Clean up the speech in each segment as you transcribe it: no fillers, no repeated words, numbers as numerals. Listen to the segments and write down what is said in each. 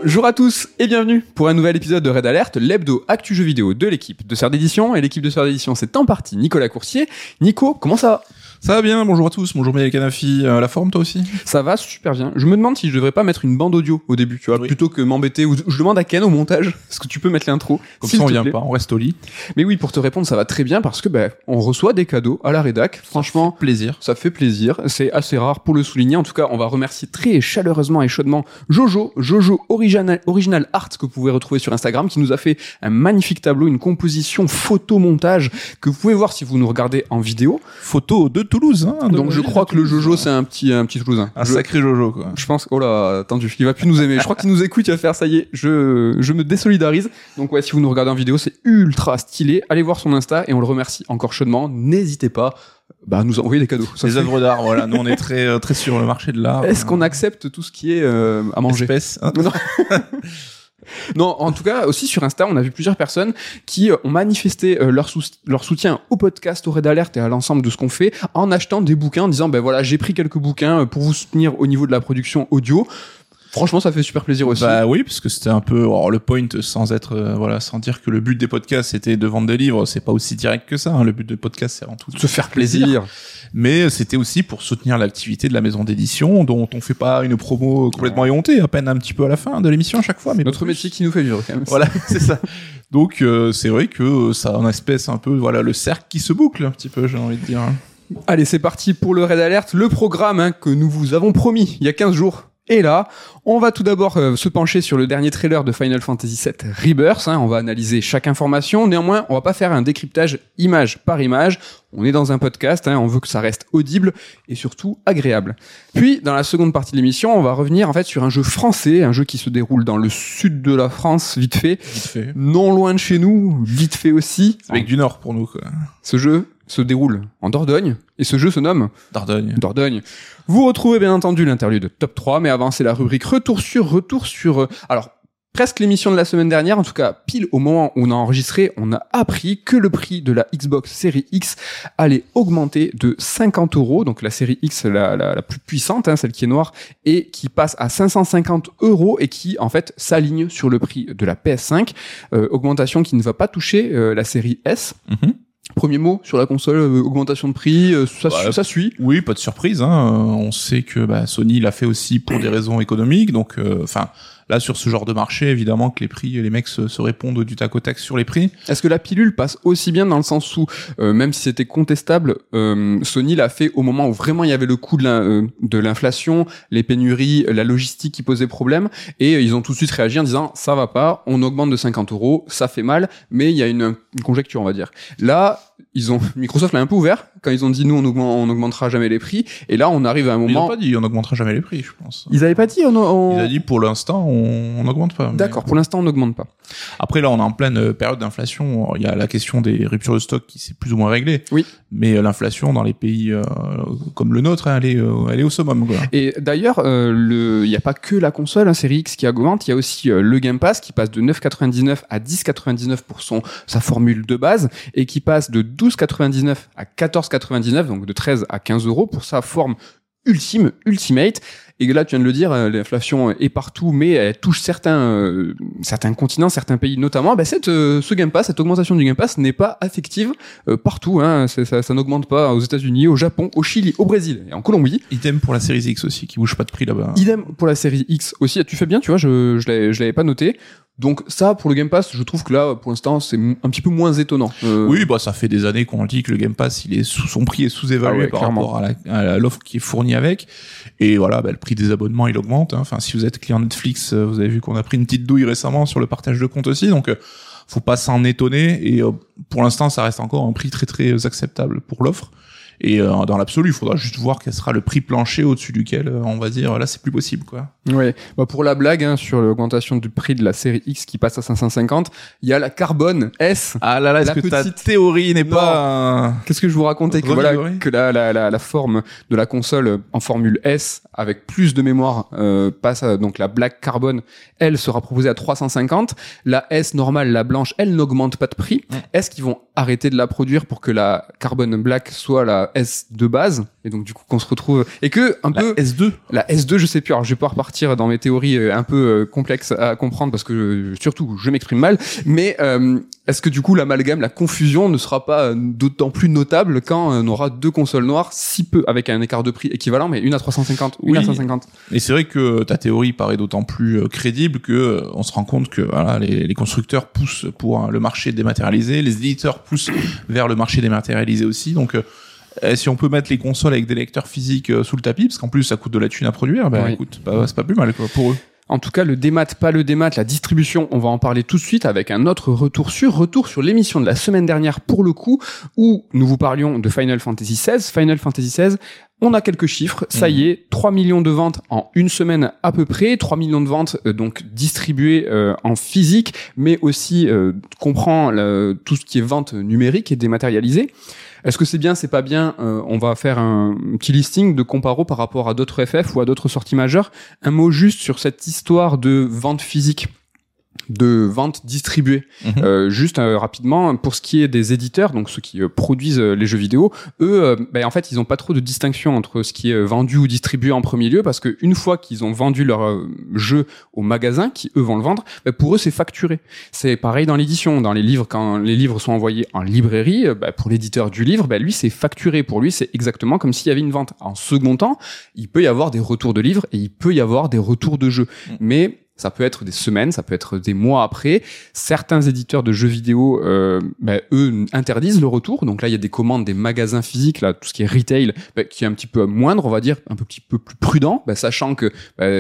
Bonjour à tous et bienvenue pour un nouvel épisode de Red Alert, l'hebdo actu jeux vidéo de l'équipe de Sœurs d'édition. Et l'équipe de Sœurs d'édition, c'est en partie Nicolas Coursier. Nico, comment ça va ? Ça va bien, bonjour à tous, bonjour Miel Kanafi, la forme toi aussi ? Ça va super bien. Je me demande si je devrais pas mettre une bande audio au début, tu vois, plutôt que m'embêter, ou je demande à Ken au montage, est-ce que tu peux mettre l'intro ? Comme ça on vient pas, on reste au lit. Mais oui, pour te répondre, ça va très bien parce que on reçoit des cadeaux à la rédac. Franchement, ça fait plaisir, c'est assez rare pour le souligner. En tout cas, on va remercier très chaleureusement et chaudement Jojo Original Art que vous pouvez retrouver sur Instagram, qui nous a fait un magnifique tableau, une composition photo-montage que vous pouvez voir si vous nous regardez en vidéo. Photo de Toulouse, hein. Donc je crois que le Jojo c'est un petit Toulousain. Sacré Jojo quoi. Je pense, oh là, attendu, il va plus nous aimer. Je crois qu'il nous écoute, il va faire ça y est, je me désolidarise. Donc ouais, si vous nous regardez en vidéo, c'est ultra stylé. Allez voir son Insta et on le remercie encore chaudement. N'hésitez pas à nous envoyer des cadeaux. Les œuvres d'art, voilà. Nous on est très très sur le marché de l'art. Est-ce qu'on accepte tout ce qui est à manger ? Espèce, hein. Non, en tout cas, aussi sur Insta, on a vu plusieurs personnes qui ont manifesté leur soutien au podcast, au Red Alert et à l'ensemble de ce qu'on fait en achetant des bouquins, en disant voilà, j'ai pris quelques bouquins pour vous soutenir au niveau de la production audio. Franchement, ça fait super plaisir aussi. Bah oui, parce que c'était un peu le point, sans dire que le but des podcasts c'était de vendre des livres, c'est pas aussi direct que ça. Hein. Le but des podcasts c'est avant tout de se faire plaisir. Mais c'était aussi pour soutenir l'activité de la maison d'édition, dont on fait pas une promo complètement éhontée, à peine un petit peu à la fin de l'émission à chaque fois. Mais notre métier qui nous fait vivre quand même. Voilà, c'est ça. Donc c'est vrai que ça a une espèce un peu le cercle qui se boucle un petit peu, j'ai envie de dire. Allez, c'est parti pour le Red Alert, le programme que nous vous avons promis il y a 15 jours. Et là, on va tout d'abord se pencher sur le dernier trailer de Final Fantasy VII Rebirth. On va analyser chaque information. Néanmoins, on va pas faire un décryptage image par image. On est dans un podcast, on veut que ça reste audible et surtout agréable. Puis, dans la seconde partie de l'émission, on va revenir en fait sur un jeu français, un jeu qui se déroule dans le sud de la France, vite fait. Non loin de chez nous, vite fait aussi. Avec du nord pour nous, quoi. Ce jeu se déroule en Dordogne, et ce jeu se nomme Dordogne. Vous retrouvez bien entendu l'interlude top 3, mais avant c'est la rubrique retour sur alors presque l'émission de la semaine dernière, en tout cas pile au moment où on a enregistré, on a appris que le prix de la Xbox Series X allait augmenter de 50 €, donc la série X la plus puissante, celle qui est noire, et qui passe à 550 € et qui en fait s'aligne sur le prix de la PS5, augmentation qui ne va pas toucher la série S. Premier mot sur la console, augmentation de prix, ça suit. Oui, pas de surprise. On sait que Sony l'a fait aussi pour des raisons économiques. Donc, là, sur ce genre de marché, évidemment que les mecs se répondent du tac au tac sur les prix. Est-ce que la pilule passe aussi bien dans le sens où, même si c'était contestable, Sony l'a fait au moment où vraiment il y avait le coût de l'inflation, les pénuries, la logistique qui posait problème, et ils ont tout de suite réagi en disant ça va pas, on augmente de 50 €, ça fait mal, mais il y a une conjecture, on va dire. Là, Microsoft l'a un peu ouvert quand ils ont dit nous on augmentera jamais les prix, et là on arrive à un moment. Ils n'ont pas dit on augmentera jamais les prix, je pense. Ils avaient pas dit Ils ont dit pour l'instant on n'augmente pas. D'accord, pour l'instant on n'augmente pas. Après là on est en pleine période d'inflation, il y a la question des ruptures de stock qui s'est plus ou moins réglée. Oui. Mais l'inflation dans les pays comme le nôtre, elle est au summum, quoi. Et d'ailleurs il y a pas que la console série X qui augmente, il y a aussi le Game Pass qui passe de 9,99 à 10,99 pour sa formule de base, et qui passe de 12,99 à 14,99, donc de 13 à 15 € pour sa forme ultimate. Et là, tu viens de le dire, l'inflation est partout, mais elle touche certains continents, certains pays notamment. Ce Game Pass, cette augmentation du Game Pass n'est pas affective partout. Ça n'augmente pas aux États-Unis, au Japon, au Chili, au Brésil et en Colombie. Idem pour la série X aussi, qui bouge pas de prix là-bas. Idem pour la série X aussi. Tu fais bien, tu vois, je l'avais pas noté. Donc ça, pour le Game Pass, je trouve que là, pour l'instant, c'est un petit peu moins étonnant. Oui, ça fait des années qu'on dit que le Game Pass, son prix est sous-évalué par rapport à l'offre qui est fournie avec. Et voilà, le prix des abonnements, il augmente. Enfin, si vous êtes client Netflix, vous avez vu qu'on a pris une petite douille récemment sur le partage de compte aussi. Donc, faut pas s'en étonner. Et pour l'instant, ça reste encore un prix très très acceptable pour l'offre. Et dans l'absolu, il faudra juste voir quel sera le prix plancher au-dessus duquel on va dire là c'est plus possible, quoi. Ouais. Pour la blague, sur l'augmentation du prix de la série X qui passe à 550, il y a la Carbone S. Ah là, est-ce que ta théorie n'est pas Qu'est-ce que je vous racontais que la forme de la console en formule S avec plus de mémoire passe à, donc la Black Carbone, elle sera proposée à 350. La S normale, la blanche, elle n'augmente pas de prix. Est-ce qu'ils vont arrêter de la produire pour que la Carbone Black soit la S de base, et donc du coup qu'on se retrouve et que la S2 je sais plus, alors je vais pas repartir dans mes théories un peu complexes à comprendre parce que surtout je m'exprime mal, mais est-ce que du coup l'amalgame, la confusion ne sera pas d'autant plus notable quand on aura deux consoles noires si peu, avec un écart de prix équivalent, mais une à 350, une à 150. Et c'est vrai que ta théorie paraît d'autant plus crédible que on se rend compte que voilà, les constructeurs poussent pour le marché dématérialisé, les éditeurs poussent vers le marché dématérialisé aussi, donc si on peut mettre les consoles avec des lecteurs physiques sous le tapis, parce qu'en plus ça coûte de la thune à produire, écoute, c'est pas plus mal quoi, pour eux. En tout cas, le démat, pas le démat, la distribution, on va en parler tout de suite avec un autre retour sur l'émission de la semaine dernière pour le coup, où nous vous parlions de Final Fantasy XVI. Final Fantasy XVI, on a quelques chiffres, ça y est, 3 millions de ventes en une semaine à peu près, 3 millions de ventes donc distribuées en physique, mais aussi comprend tout ce qui est vente numérique et dématérialisée. Est-ce que c'est bien, c'est pas bien? On va faire un petit listing de comparo par rapport à d'autres FF ou à d'autres sorties majeures. Un mot juste sur cette histoire de vente physique, de vente distribuée. Juste rapidement, pour ce qui est des éditeurs, donc ceux qui produisent les jeux vidéo, eux, en fait, ils ont pas trop de distinction entre ce qui est vendu ou distribué en premier lieu, parce que une fois qu'ils ont vendu leur jeu au magasin, qui eux vont le vendre, pour eux c'est facturé. C'est pareil dans l'édition, dans les livres, quand les livres sont envoyés en librairie, pour l'éditeur du livre, lui c'est facturé. Pour lui, c'est exactement comme s'il y avait une vente. En second temps, il peut y avoir des retours de livres et il peut y avoir des retours de jeux, mais ça peut être des semaines, ça peut être des mois après. Certains éditeurs de jeux vidéo, eux, interdisent le retour. Donc là, il y a des commandes des magasins physiques, là, tout ce qui est retail, qui est un petit peu moindre, on va dire, un petit peu plus prudent, sachant que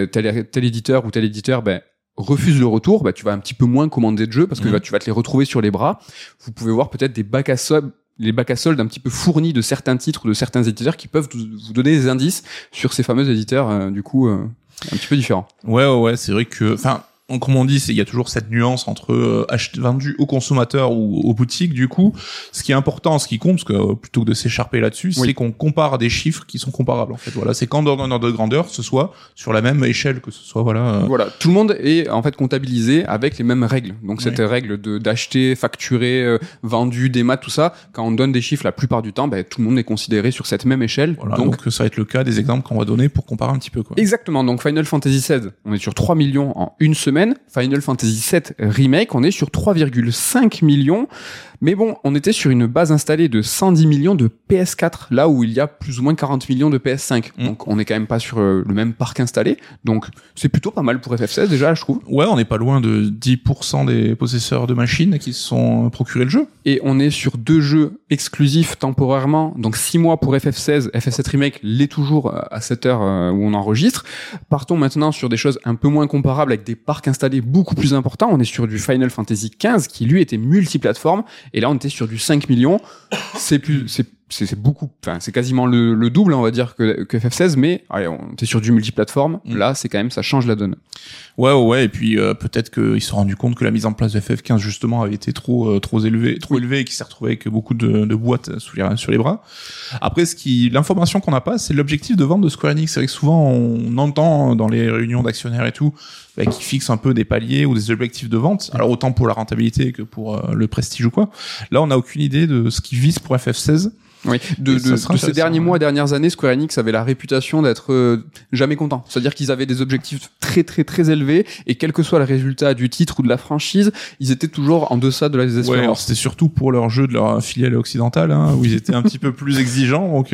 tel éditeur ou tel éditeur, refuse le retour, tu vas un petit peu moins commander de jeux parce que tu vas te les retrouver sur les bras. Vous pouvez voir peut-être des bacs à soldes un petit peu fournis de certains titres ou de certains éditeurs qui peuvent vous donner des indices sur ces fameux éditeurs, du coup, un petit peu différent. Ouais, c'est vrai que, comme on dit, il y a toujours cette nuance entre vendu au consommateur ou aux boutiques. Du coup, ce qui est important, ce qui compte, parce que plutôt que de s'écharper là-dessus, c'est qu'on compare des chiffres qui sont comparables. En fait, voilà, c'est qu'en ordre de grandeur, ce soit sur la même échelle, que ce soit voilà, tout le monde est en fait comptabilisé avec les mêmes règles. Donc cette règle d'acheter, facturer, vendu, démat, tout ça, quand on donne des chiffres, la plupart du temps, tout le monde est considéré sur cette même échelle. Voilà, donc ça va être le cas des exemples qu'on va donner pour comparer un petit peu, quoi. Exactement. Donc Final Fantasy XVI, on est sur 3 millions en une semaine. Final Fantasy VII Remake, on est sur 3,5 millions. Mais bon, on était sur une base installée de 110 millions de PS4, là où il y a plus ou moins 40 millions de PS5. Donc on est quand même pas sur le même parc installé. Donc c'est plutôt pas mal pour FF16 déjà, je trouve. Ouais, on n'est pas loin de 10% des possesseurs de machines qui se sont procurés le jeu. Et on est sur 2 jeux exclusifs temporairement. Donc 6 mois pour FF16, FF7 Remake l'est toujours à cette heure où on enregistre. Partons maintenant sur des choses un peu moins comparables avec des parcs installés beaucoup plus importants. On est sur du Final Fantasy XV qui lui était multiplateforme. Et là, on était sur du 5 millions. C'est beaucoup, c'est quasiment le double, on va dire, que FF16, mais allez, on était sur du multiplateforme. Là, c'est quand même, ça change la donne. Ouais, et puis peut-être qu'ils se sont rendus compte que la mise en place de FF15 justement avait été trop élevée et qu'il s'est retrouvé avec beaucoup de boîtes sur les bras. Après, l'information qu'on n'a pas, c'est l'objectif de vente de Square Enix. C'est vrai que souvent on entend dans les réunions d'actionnaires et tout, qui fixent un peu des paliers ou des objectifs de vente. Alors autant pour la rentabilité que pour le prestige ou quoi. Là, on n'a aucune idée de ce qu'ils visent pour FF16. Oui, de ces derniers mois, dernières années, Square Enix avait la réputation d'être jamais content. C'est-à-dire qu'ils avaient des objectifs très très très élevés et quel que soit le résultat du titre ou de la franchise, ils étaient toujours en deçà de la désespérance. Ouais, alors c'était surtout pour leur jeu de leur filiale occidentale, où ils étaient un petit peu plus exigeants. Donc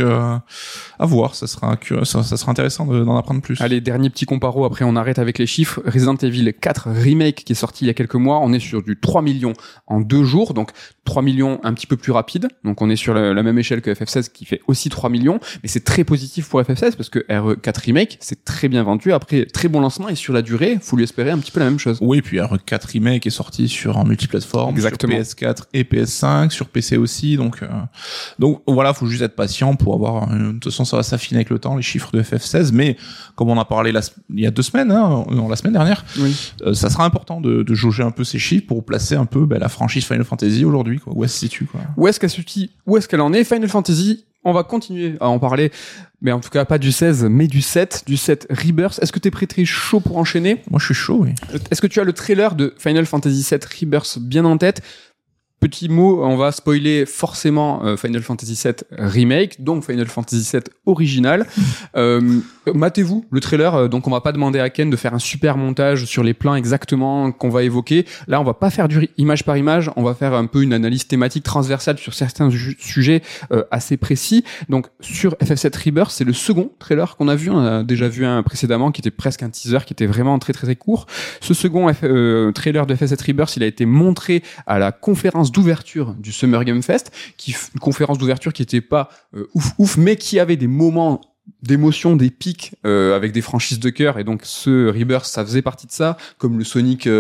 à voir, ça sera intéressant d'en apprendre plus. Allez, dernier petit comparo, après on arrête avec les chiffres. Resident Evil 4 Remake qui est sorti il y a quelques mois, on est sur du 3 millions en 2 jours, donc 3 millions un petit peu plus rapide, donc on est sur la même échelle que FF16 qui fait aussi 3 millions, mais c'est très positif pour FF16 parce que RE4 Remake c'est très bien vendu, après très bon lancement et sur la durée, faut lui espérer un petit peu la même chose. Oui, et puis RE4 Remake est sorti en multiplateforme, exactement, sur PS4 et PS5, sur PC aussi, donc voilà, faut juste être patient pour avoir, de toute façon ça va s'affiner avec le temps, les chiffres de FF16, mais comme on en a parlé il y a 2 semaines, la semaine dernière, ça sera important de jauger un peu ces chiffres pour placer un peu la franchise Final Fantasy aujourd'hui, quoi. Où elle se situe, quoi. Où est-ce qu'elle en est? Final Fantasy, on va continuer à en parler, mais en tout cas pas du 16, mais du 7 Rebirth. Est-ce que t'es très chaud pour enchaîner? Moi je suis chaud, oui. Est-ce que tu as le trailer de Final Fantasy 7 Rebirth bien en tête? Petit mot, on va spoiler forcément Final Fantasy VII Remake, donc Final Fantasy VII original. Matez-vous le trailer, donc on va pas demander à Ken de faire un super montage sur les plans exactement qu'on va évoquer. Là, on va pas faire du image par image, on va faire un peu une analyse thématique transversale sur certains sujets assez précis. Donc sur FF7 Rebirth, c'est le second trailer qu'on a vu. On a déjà vu un précédemment qui était presque un teaser, qui était vraiment très très court. Ce second trailer de FF7 Rebirth, il a été montré à la conférence d'ouverture du Summer Game Fest, une conférence d'ouverture qui était pas ouf, mais qui avait des moments d'émotion, des pics avec des franchises de cœur, et donc ce Rebirth, ça faisait partie de ça, comme le Sonic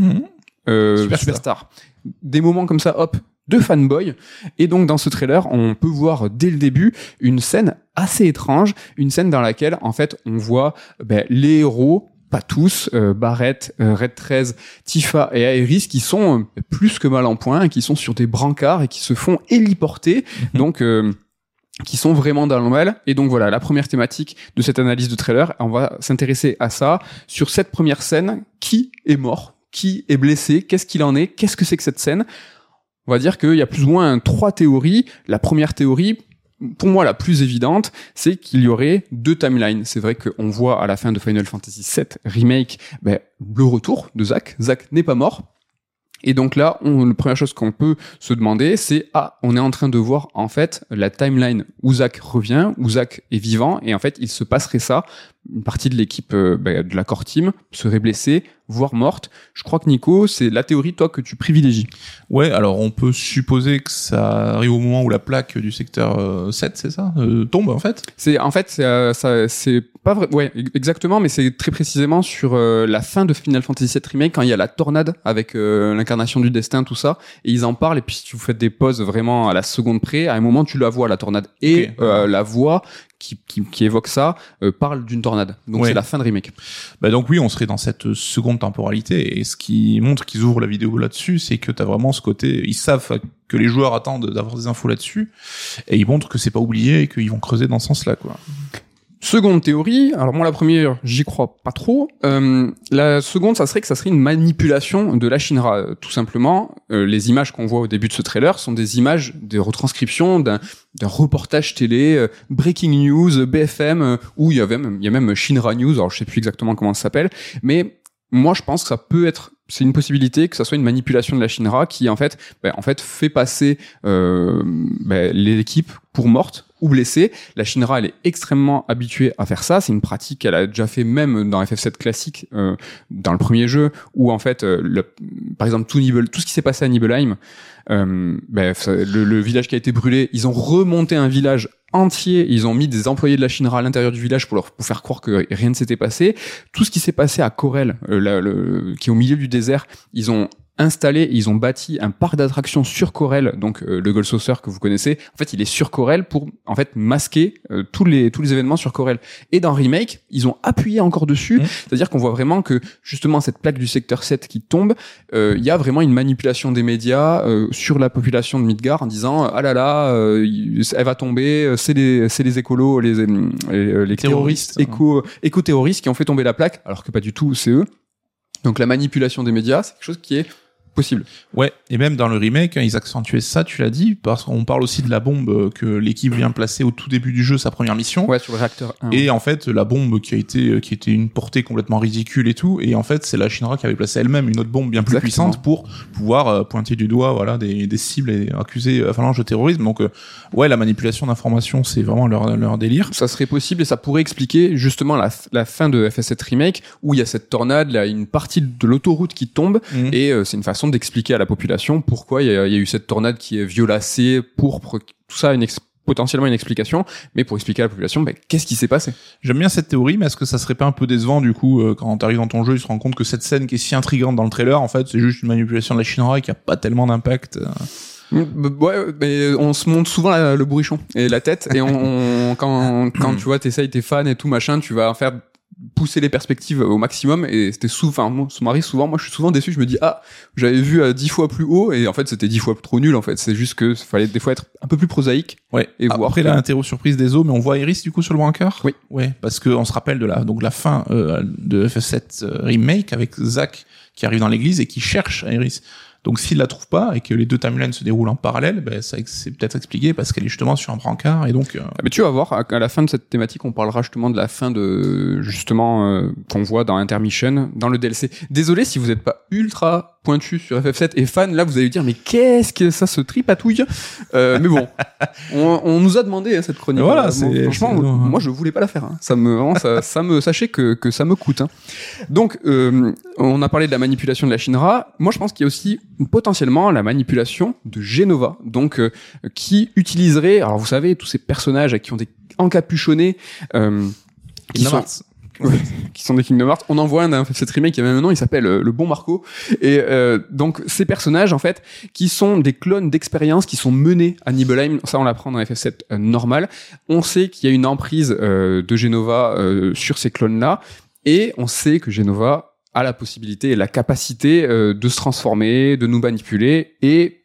Superstar. Des moments comme ça, hop, de fanboy. Et donc dans ce trailer, on peut voir dès le début une scène assez étrange, une scène dans laquelle en fait on voit les héros, pas tous, Barrett, Red 13, Tifa et Aerys, qui sont plus que mal en point, qui sont sur des brancards et qui se font héliporter, donc qui sont vraiment dans le mal. Et donc voilà, la première thématique de cette analyse de trailer, on va s'intéresser à ça. Sur cette première scène, qui est mort? Qui est blessé? Qu'est-ce qu'il en est? Qu'est-ce que c'est que cette scène? On va dire qu'il y a plus ou moins 3 théories. La première théorie, pour moi la plus évidente, c'est qu'il y aurait 2 timelines. C'est vrai qu'on voit à la fin de Final Fantasy VII Remake le retour de Zack. Zack n'est pas mort. Et donc là, la première chose qu'on peut se demander, c'est on est en train de voir en fait la timeline où Zack revient, où Zack est vivant, et en fait il se passerait ça. Une partie de l'équipe de la core team serait blessée, voire morte. Je crois que Nico, c'est la théorie toi que tu privilégies. Ouais, alors on peut supposer que ça arrive au moment où la plaque du secteur 7, c'est ça, tombe en fait. C'est pas vrai. Ouais, exactement, mais c'est très précisément sur la fin de Final Fantasy VII Remake, quand il y a la tornade avec l'incarnation du destin, tout ça, et ils en parlent. Et puis si vous faites des pauses vraiment à la seconde près, à un moment tu la vois la tornade, et la voix qui évoque ça parle d'une tornade. Donc c'est la fin de Remake. Donc oui, on serait dans cette seconde temporalité, et ce qui montre qu'ils ouvrent la vidéo là-dessus, c'est que t'as vraiment ce côté, ils savent que les joueurs attendent d'avoir des infos là-dessus, et ils montrent que c'est pas oublié et qu'ils vont creuser dans ce sens-là, quoi. Seconde théorie, alors moi la première, j'y crois pas trop. La seconde, ça serait une manipulation de la Shinra, tout simplement. Les images qu'on voit au début de ce trailer sont des images, des retranscriptions d'un reportage télé, Breaking News, BFM, où il y a même Shinra News, alors je sais plus exactement comment ça s'appelle, mais moi je pense que c'est une possibilité que ça soit une manipulation de la Shinra qui en fait fait passer l'équipe pour morte ou blessée. La Shinra, elle est extrêmement habituée à faire ça. C'est une pratique qu'elle a déjà fait même dans FF7 classique, dans le premier jeu, où en fait, par exemple, tout ce qui s'est passé à Nibelheim, le village qui a été brûlé, ils ont remonté un village entier, ils ont mis des employés de la Shinra à l'intérieur du village pour faire croire que rien ne s'était passé. Tout ce qui s'est passé à Corel, qui est au milieu du désert, ils ont bâti un parc d'attractions sur Corel, donc le Gold Saucer que vous connaissez. En fait, il est sur Corel pour en fait masquer tous les événements sur Corel. Et dans Remake, ils ont appuyé encore dessus, c'est-à-dire qu'on voit vraiment que justement cette plaque du secteur 7 qui tombe, il y a vraiment une manipulation des médias sur la population de Midgar en disant ah là là, elle va tomber, c'est les écolos, les terroristes éco-terroristes qui ont fait tomber la plaque, alors que pas du tout, c'est eux. Donc la manipulation des médias, c'est quelque chose qui est possible. Ouais, et même dans le remake, ils accentuaient ça, tu l'as dit, parce qu'on parle aussi de la bombe que l'équipe vient placer au tout début du jeu, sa première mission. Ouais, sur le réacteur 1. Et en fait, la bombe qui était une portée complètement ridicule et tout, et en fait, c'est la Shinra qui avait placé elle-même une autre bombe bien plus puissante pour pouvoir pointer du doigt, des cibles et accuser Phalange de terrorisme. Donc, ouais, la manipulation d'informations, c'est vraiment leur délire. Ça serait possible et ça pourrait expliquer justement la fin de FF7 Remake, où il y a cette tornade, là, une partie de l'autoroute qui tombe, et c'est une façon d'expliquer à la population pourquoi il y a eu cette tornade qui est violacée, pourpre, tout ça, potentiellement une explication, mais pour expliquer à la population, qu'est-ce qui s'est passé. J'aime bien cette théorie, mais est-ce que ça serait pas un peu décevant, du coup, quand t'arrives dans ton jeu, tu te rends compte que cette scène qui est si intrigante dans le trailer, en fait, c'est juste une manipulation de la Shinra qui a pas tellement d'impact. Ouais, mais on se montre souvent le bourrichon et la tête, et quand tu vois, t'essayes tes fans et tout machin, tu vas faire pousser les perspectives au maximum, et c'était souvent, ça m'arrive souvent, moi je suis souvent déçu, je me dis j'avais vu 10 fois plus haut, et en fait c'était 10 fois trop nul, en fait c'est juste que fallait des fois être un peu plus prosaïque. Ouais. Et voir après la interro surprise des os, mais on voit Aerys du coup sur le brancard. Oui. Ouais, parce que on se rappelle de la fin de FF7 Remake avec Zack qui arrive dans l'église et qui cherche Aerys. Donc s'il la trouve pas et que les deux timelines se déroulent en parallèle, c'est peut-être expliqué parce qu'elle est justement sur un brancard et donc. Mais tu vas voir, à la fin de cette thématique, on parlera justement de la fin de qu'on voit dans Intermission, dans le DLC. Désolé si vous n'êtes pas ultra pointu sur FF7 et fan, là vous allez dire mais qu'est-ce que ça se tripatouille, mais bon, on nous a demandé cette chronique. Voilà, franchement, moi je voulais pas la faire. Hein. Sachez que ça me coûte. Hein. Donc on a parlé de la manipulation de la Shinra. Moi je pense qu'il y a aussi potentiellement la manipulation de Jenova, donc qui utiliserait, alors vous savez tous ces personnages qui ont des encapuchonnés, qui sont des Kingdom Hearts. On en voit un dans cette remake qui a même un nom, il s'appelle le bon Marco. Et donc ces personnages en fait qui sont des clones d'expériences qui sont menés à Nibelheim, ça on l'apprend dans FF7 normal. On sait qu'il y a une emprise de Jenova sur ces clones-là, et on sait que Jenova a la possibilité et la capacité de se transformer, de nous manipuler, et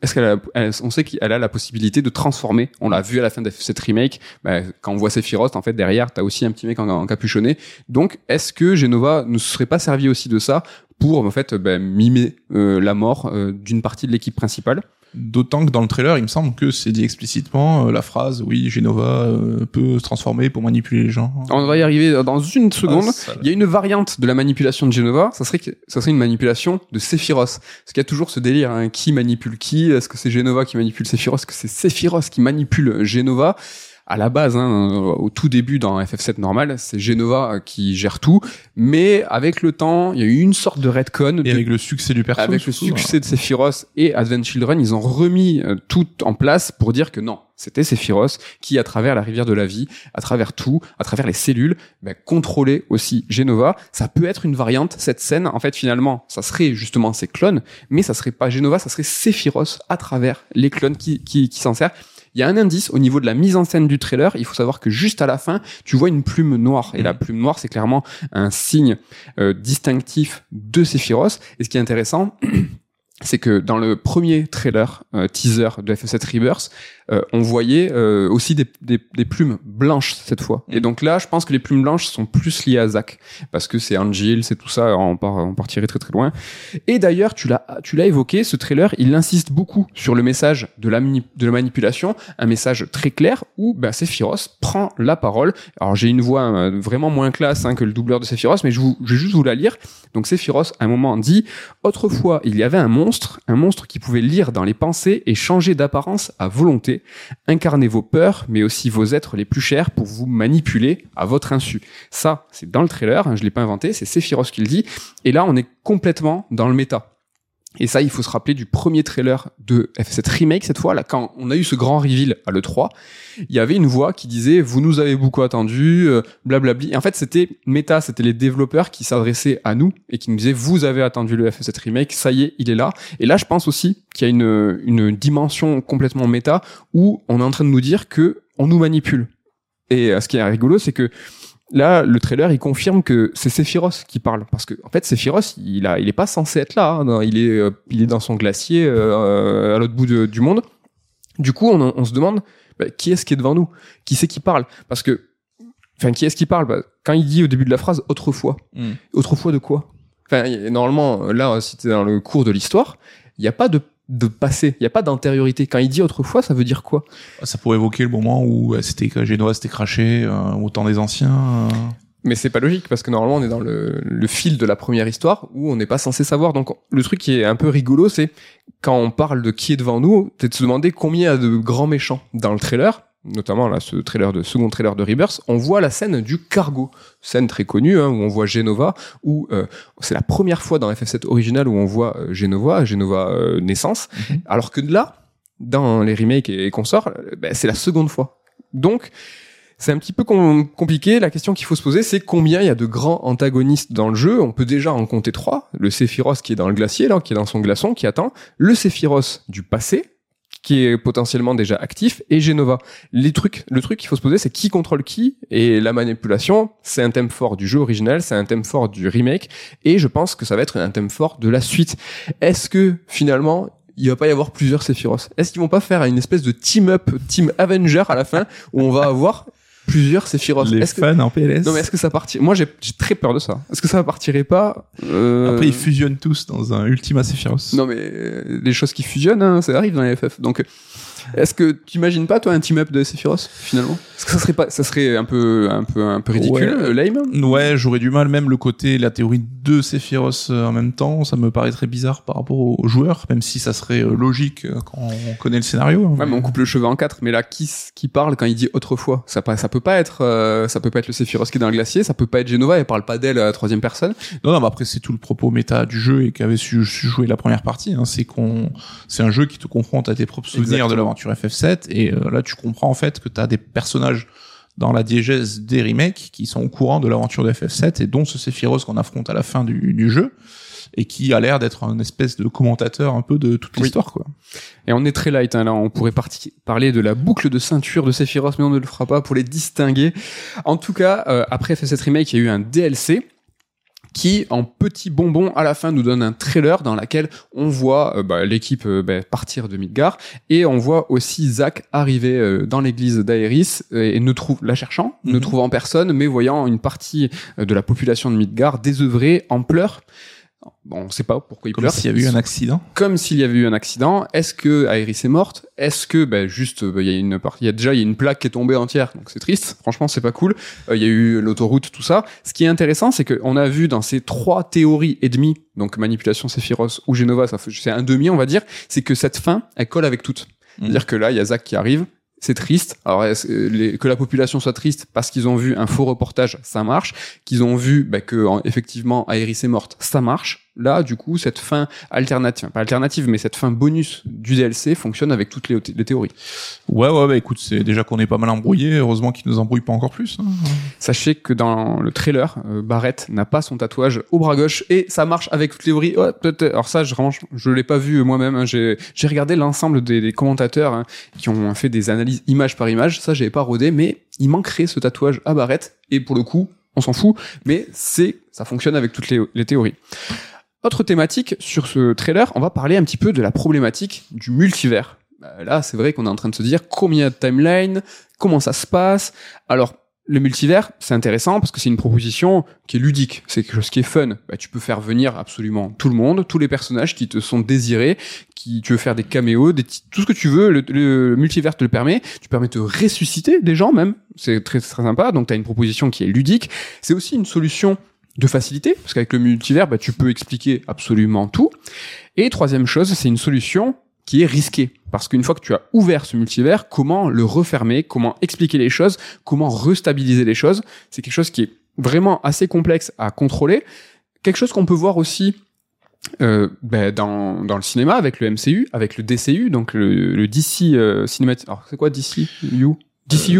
on sait qu'elle a la possibilité de transformer. On l'a vu à la fin de cette remake. Quand on voit Sephiroth, en fait, derrière, t'as aussi un petit mec en capuchonné. Donc, est-ce que Jenova ne se serait pas servi aussi de ça pour, en fait, mimer la mort d'une partie de l'équipe principale? D'autant que dans le trailer, il me semble que c'est dit explicitement la phrase « Oui, Jenova peut se transformer pour manipuler les gens ». On va y arriver dans une seconde. Il y a une variante de la manipulation de Jenova, ça serait une manipulation de Sephiroth. Parce qu'il y a toujours ce délire, hein, qui manipule qui? Est-ce que c'est Jenova qui manipule Sephiroth? Est-ce que c'est Sephiroth qui manipule Jenova? À la base, hein, au tout début dans FF7 normal, c'est Jenova qui gère tout, mais avec le temps, il y a eu une sorte de retcon. Et avec le succès du perso. Avec le succès de Sephiroth et Advent Children, ils ont remis tout en place pour dire que non, c'était Sephiroth qui, à travers la rivière de la vie, à travers tout, à travers les cellules, contrôlait aussi Jenova. Ça peut être une variante, cette scène, en fait, finalement, ça serait justement ces clones, mais ça serait pas Jenova, ça serait Sephiroth à travers les clones qui s'en servent. Il y a un indice au niveau de la mise en scène du trailer. Il faut savoir que juste à la fin, tu vois une plume noire. Et la plume noire, c'est clairement un signe distinctif de Sephiroth. Et ce qui est intéressant, c'est que dans le premier trailer teaser de FF7 Rebirth, on voyait aussi des plumes blanches cette fois. Et donc là, je pense que les plumes blanches sont plus liées à Zack, parce que c'est Angel, c'est tout ça, on partirait très très loin. Et d'ailleurs, tu l'as évoqué, ce trailer, il insiste beaucoup sur le message de la manipulation, un message très clair où Sephiroth prend la parole. Alors j'ai une voix vraiment moins classe que le doubleur de Sephiroth, mais je vais juste vous la lire. Donc Sephiroth, à un moment, dit « Autrefois, il y avait un monstre qui pouvait lire dans les pensées et changer d'apparence à volonté. Incarnez vos peurs, mais aussi vos êtres les plus chers pour vous manipuler à votre insu. » Ça, c'est dans le trailer, je l'ai pas inventé, c'est Sephiroth qui le dit. Et là, on est complètement dans le méta. Et ça, il faut se rappeler du premier trailer de FF7 Remake, cette fois, là, quand on a eu ce grand reveal à l'E3, il y avait une voix qui disait « Vous nous avez beaucoup attendu, blablabli ». Et en fait, c'était méta, c'était les développeurs qui s'adressaient à nous et qui nous disaient « Vous avez attendu le FF7 Remake, ça y est, il est là ». Et là, je pense aussi qu'il y a une dimension complètement méta où on est en train de nous dire que on nous manipule. Et ce qui est rigolo, c'est que là, le trailer, il confirme que c'est Sephiroth qui parle. Parce que, en fait, Sephiroth, il est pas censé être là. Hein. Il est dans son glacier, à l'autre bout du monde. Du coup, on se demande, qui est-ce qui est devant nous? Qui c'est qui parle? Parce que, qui est-ce qui parle? Quand il dit au début de la phrase, autrefois. Autrefois de quoi? Normalement, là, si t'es dans le cours de l'histoire, il n'y a pas de passé, il n'y a pas d'antériorité. Quand il dit autrefois, ça veut dire quoi? Ça pourrait évoquer le moment où Jenova s'était craché au temps des anciens. Mais c'est pas logique, parce que normalement on est dans le fil de la première histoire où on n'est pas censé savoir. Donc le truc qui est un peu rigolo, c'est quand on parle de qui est devant nous, c'est de se demander combien il y a de grands méchants dans le trailer. Notamment là, second trailer de Rebirth, on voit la scène du cargo, scène très connue, où on voit Jenova, où c'est la première fois dans FF7 original où on voit Jenova naissance, alors que là, dans les remakes et consorts, c'est la seconde fois. Donc, c'est un petit peu compliqué. La question qu'il faut se poser, c'est combien il y a de grands antagonistes dans le jeu. On peut déjà en compter 3. Le Sephiroth qui est dans le glacier, là, qui est dans son glaçon, qui attend. Le Sephiroth du passé, qui est potentiellement déjà actif, et Jenova. Le truc qu'il faut se poser, c'est qui contrôle qui, et la manipulation, c'est un thème fort du jeu original, c'est un thème fort du remake, et je pense que ça va être un thème fort de la suite. Est-ce que, finalement, il va pas y avoir plusieurs Sephiroth? Est-ce qu'ils vont pas faire une espèce de team Avenger à la fin, où on va avoir plusieurs Sephiroth. Les fans en PLS. Non, mais est-ce que ça partirait... Moi, j'ai très peur de ça. Est-ce que ça partirait pas Après, ils fusionnent tous dans un Ultima Sephiroth. Non, mais les choses qui fusionnent, hein, ça arrive dans les FF. Donc, est-ce que tu imagines pas, toi, un team-up de Sephiroth, finalement? Est-ce que ça serait un peu ridicule, lame? Ouais, j'aurais du mal, même le côté, la théorie de Sephiroth en même temps, ça me paraîtrait bizarre par rapport aux joueurs, même si ça serait logique quand on connaît le scénario. Ouais, mais on coupe le cheveu en 4, mais là, qui parle quand il dit autrefois? Ça peut pas être le Sephiroth qui est dans le glacier, ça peut pas être Jenova, elle parle pas d'elle à la troisième personne. Non, mais après, c'est tout le propos méta du jeu et qu'avait su jouer la première partie, hein, c'est un jeu qui te confronte à tes propres souvenirs de l'aventure FF7 et là tu comprends en fait que t'as des personnages dans la diégèse des remakes qui sont au courant de l'aventure de FF7 et dont ce Sephiroth qu'on affronte à la fin du jeu et qui a l'air d'être un espèce de commentateur un peu de toute l'histoire, quoi. Et on est très light, hein, là on pourrait parler de la boucle de ceinture de Sephiroth, mais on ne le fera pas pour les distinguer. En tout cas, après FF7 Remake, il y a eu un DLC qui, en petit bonbon, à la fin, nous donne un trailer dans lequel on voit l'équipe partir de Midgar, et on voit aussi Zack arriver dans l'église d'Aeris, et ne trouvant personne, mais voyant une partie de la population de Midgar désœuvrée en pleurs. Bon, on sait pas pourquoi il pleure. Comme s'il y avait eu un accident. Comme s'il y avait eu un accident. Est-ce que Aeris est morte? Est-ce que, il y a une plaque qui est tombée entière. Donc c'est triste. Franchement, c'est pas cool. Il y a eu l'autoroute, tout ça. Ce qui est intéressant, c'est qu'on a vu dans ces 3 théories et demie, donc manipulation Sephiroth ou Jenova, c'est un demi, on va dire, c'est que cette fin, elle colle avec toutes. C'est-à-dire que là, il y a Zack qui arrive. C'est triste. Alors, que la population soit triste parce qu'ils ont vu un faux reportage, ça marche. Qu'ils ont vu effectivement Aeris est morte, ça marche. Là, du coup, cette fin alternative, pas alternative, mais cette fin bonus du DLC fonctionne avec toutes les théories. Ouais, écoute, c'est déjà qu'on est pas mal embrouillé. Heureusement qu'ils nous embrouillent pas encore plus. Hein. Sachez que dans le trailer, Barrett n'a pas son tatouage au bras gauche et ça marche avec toutes les théories. Ouais, alors ça, je l'ai pas vu moi-même. Hein. J'ai regardé l'ensemble des commentateurs qui ont fait des analyses image par image. Ça, j'avais pas rodé, mais il manquerait ce tatouage à Barrett. Et pour le coup, on s'en fout, mais ça fonctionne avec toutes les théories. Autre thématique sur ce trailer, on va parler un petit peu de la problématique du multivers. Là, c'est vrai qu'on est en train de se dire combien de timelines, comment ça se passe. Alors, le multivers, c'est intéressant parce que c'est une proposition qui est ludique, c'est quelque chose qui est fun. Tu peux faire venir absolument tout le monde, tous les personnages qui te sont désirés, tu veux faire des caméos, tout ce que tu veux, le multivers te le permet. Tu permets de ressusciter des gens même, c'est très très sympa. Donc t'as une proposition qui est ludique. C'est aussi une solution de facilité, parce qu'avec le multivers, tu peux expliquer absolument tout. Et troisième chose, c'est une solution qui est risquée. Parce qu'une fois que tu as ouvert ce multivers, comment le refermer, comment expliquer les choses, comment restabiliser les choses, c'est quelque chose qui est vraiment assez complexe à contrôler. Quelque chose qu'on peut voir aussi dans le cinéma, avec le MCU, avec le DCU, donc le DC Cinematic... Alors, c'est quoi DCU ? DCU,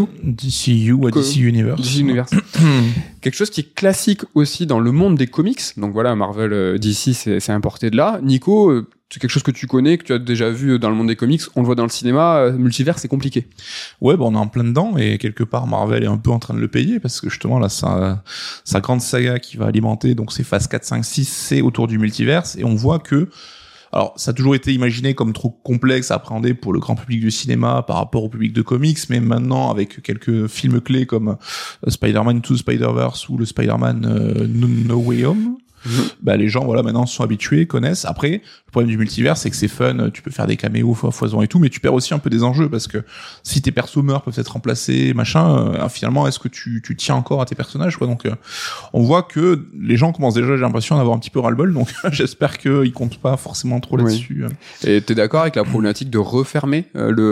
DC Universe. DC Universe. Quelque chose qui est classique aussi dans le monde des comics. Donc voilà, Marvel, DC, c'est importé de là. Nico, c'est quelque chose que tu connais, que tu as déjà vu dans le monde des comics. On le voit dans le cinéma. Multivers, c'est compliqué. Ouais, on est en plein dedans et quelque part, Marvel est un peu en train de le payer parce que justement là, sa grande saga qui va alimenter donc ses phases 4, 5, 6, c'est autour du multiverse et on voit que alors, ça a toujours été imaginé comme trop complexe à appréhender pour le grand public du cinéma par rapport au public de comics, mais maintenant, avec quelques films clés comme Spider-Man 2 Spider-Verse ou le Spider-Man No Way Home, les gens, maintenant, sont habitués, connaissent. Après, le problème du multivers, c'est que c'est fun, tu peux faire des caméos foison et tout, mais tu perds aussi un peu des enjeux, parce que si tes persos meurent, peuvent être remplacés, finalement, est-ce que tu tiens encore à tes personnages, quoi. Donc, on voit que les gens commencent déjà, j'ai l'impression, d'avoir un petit peu ras-le-bol, donc j'espère qu'ils comptent pas forcément trop là-dessus. Oui. Et t'es d'accord avec la problématique de refermer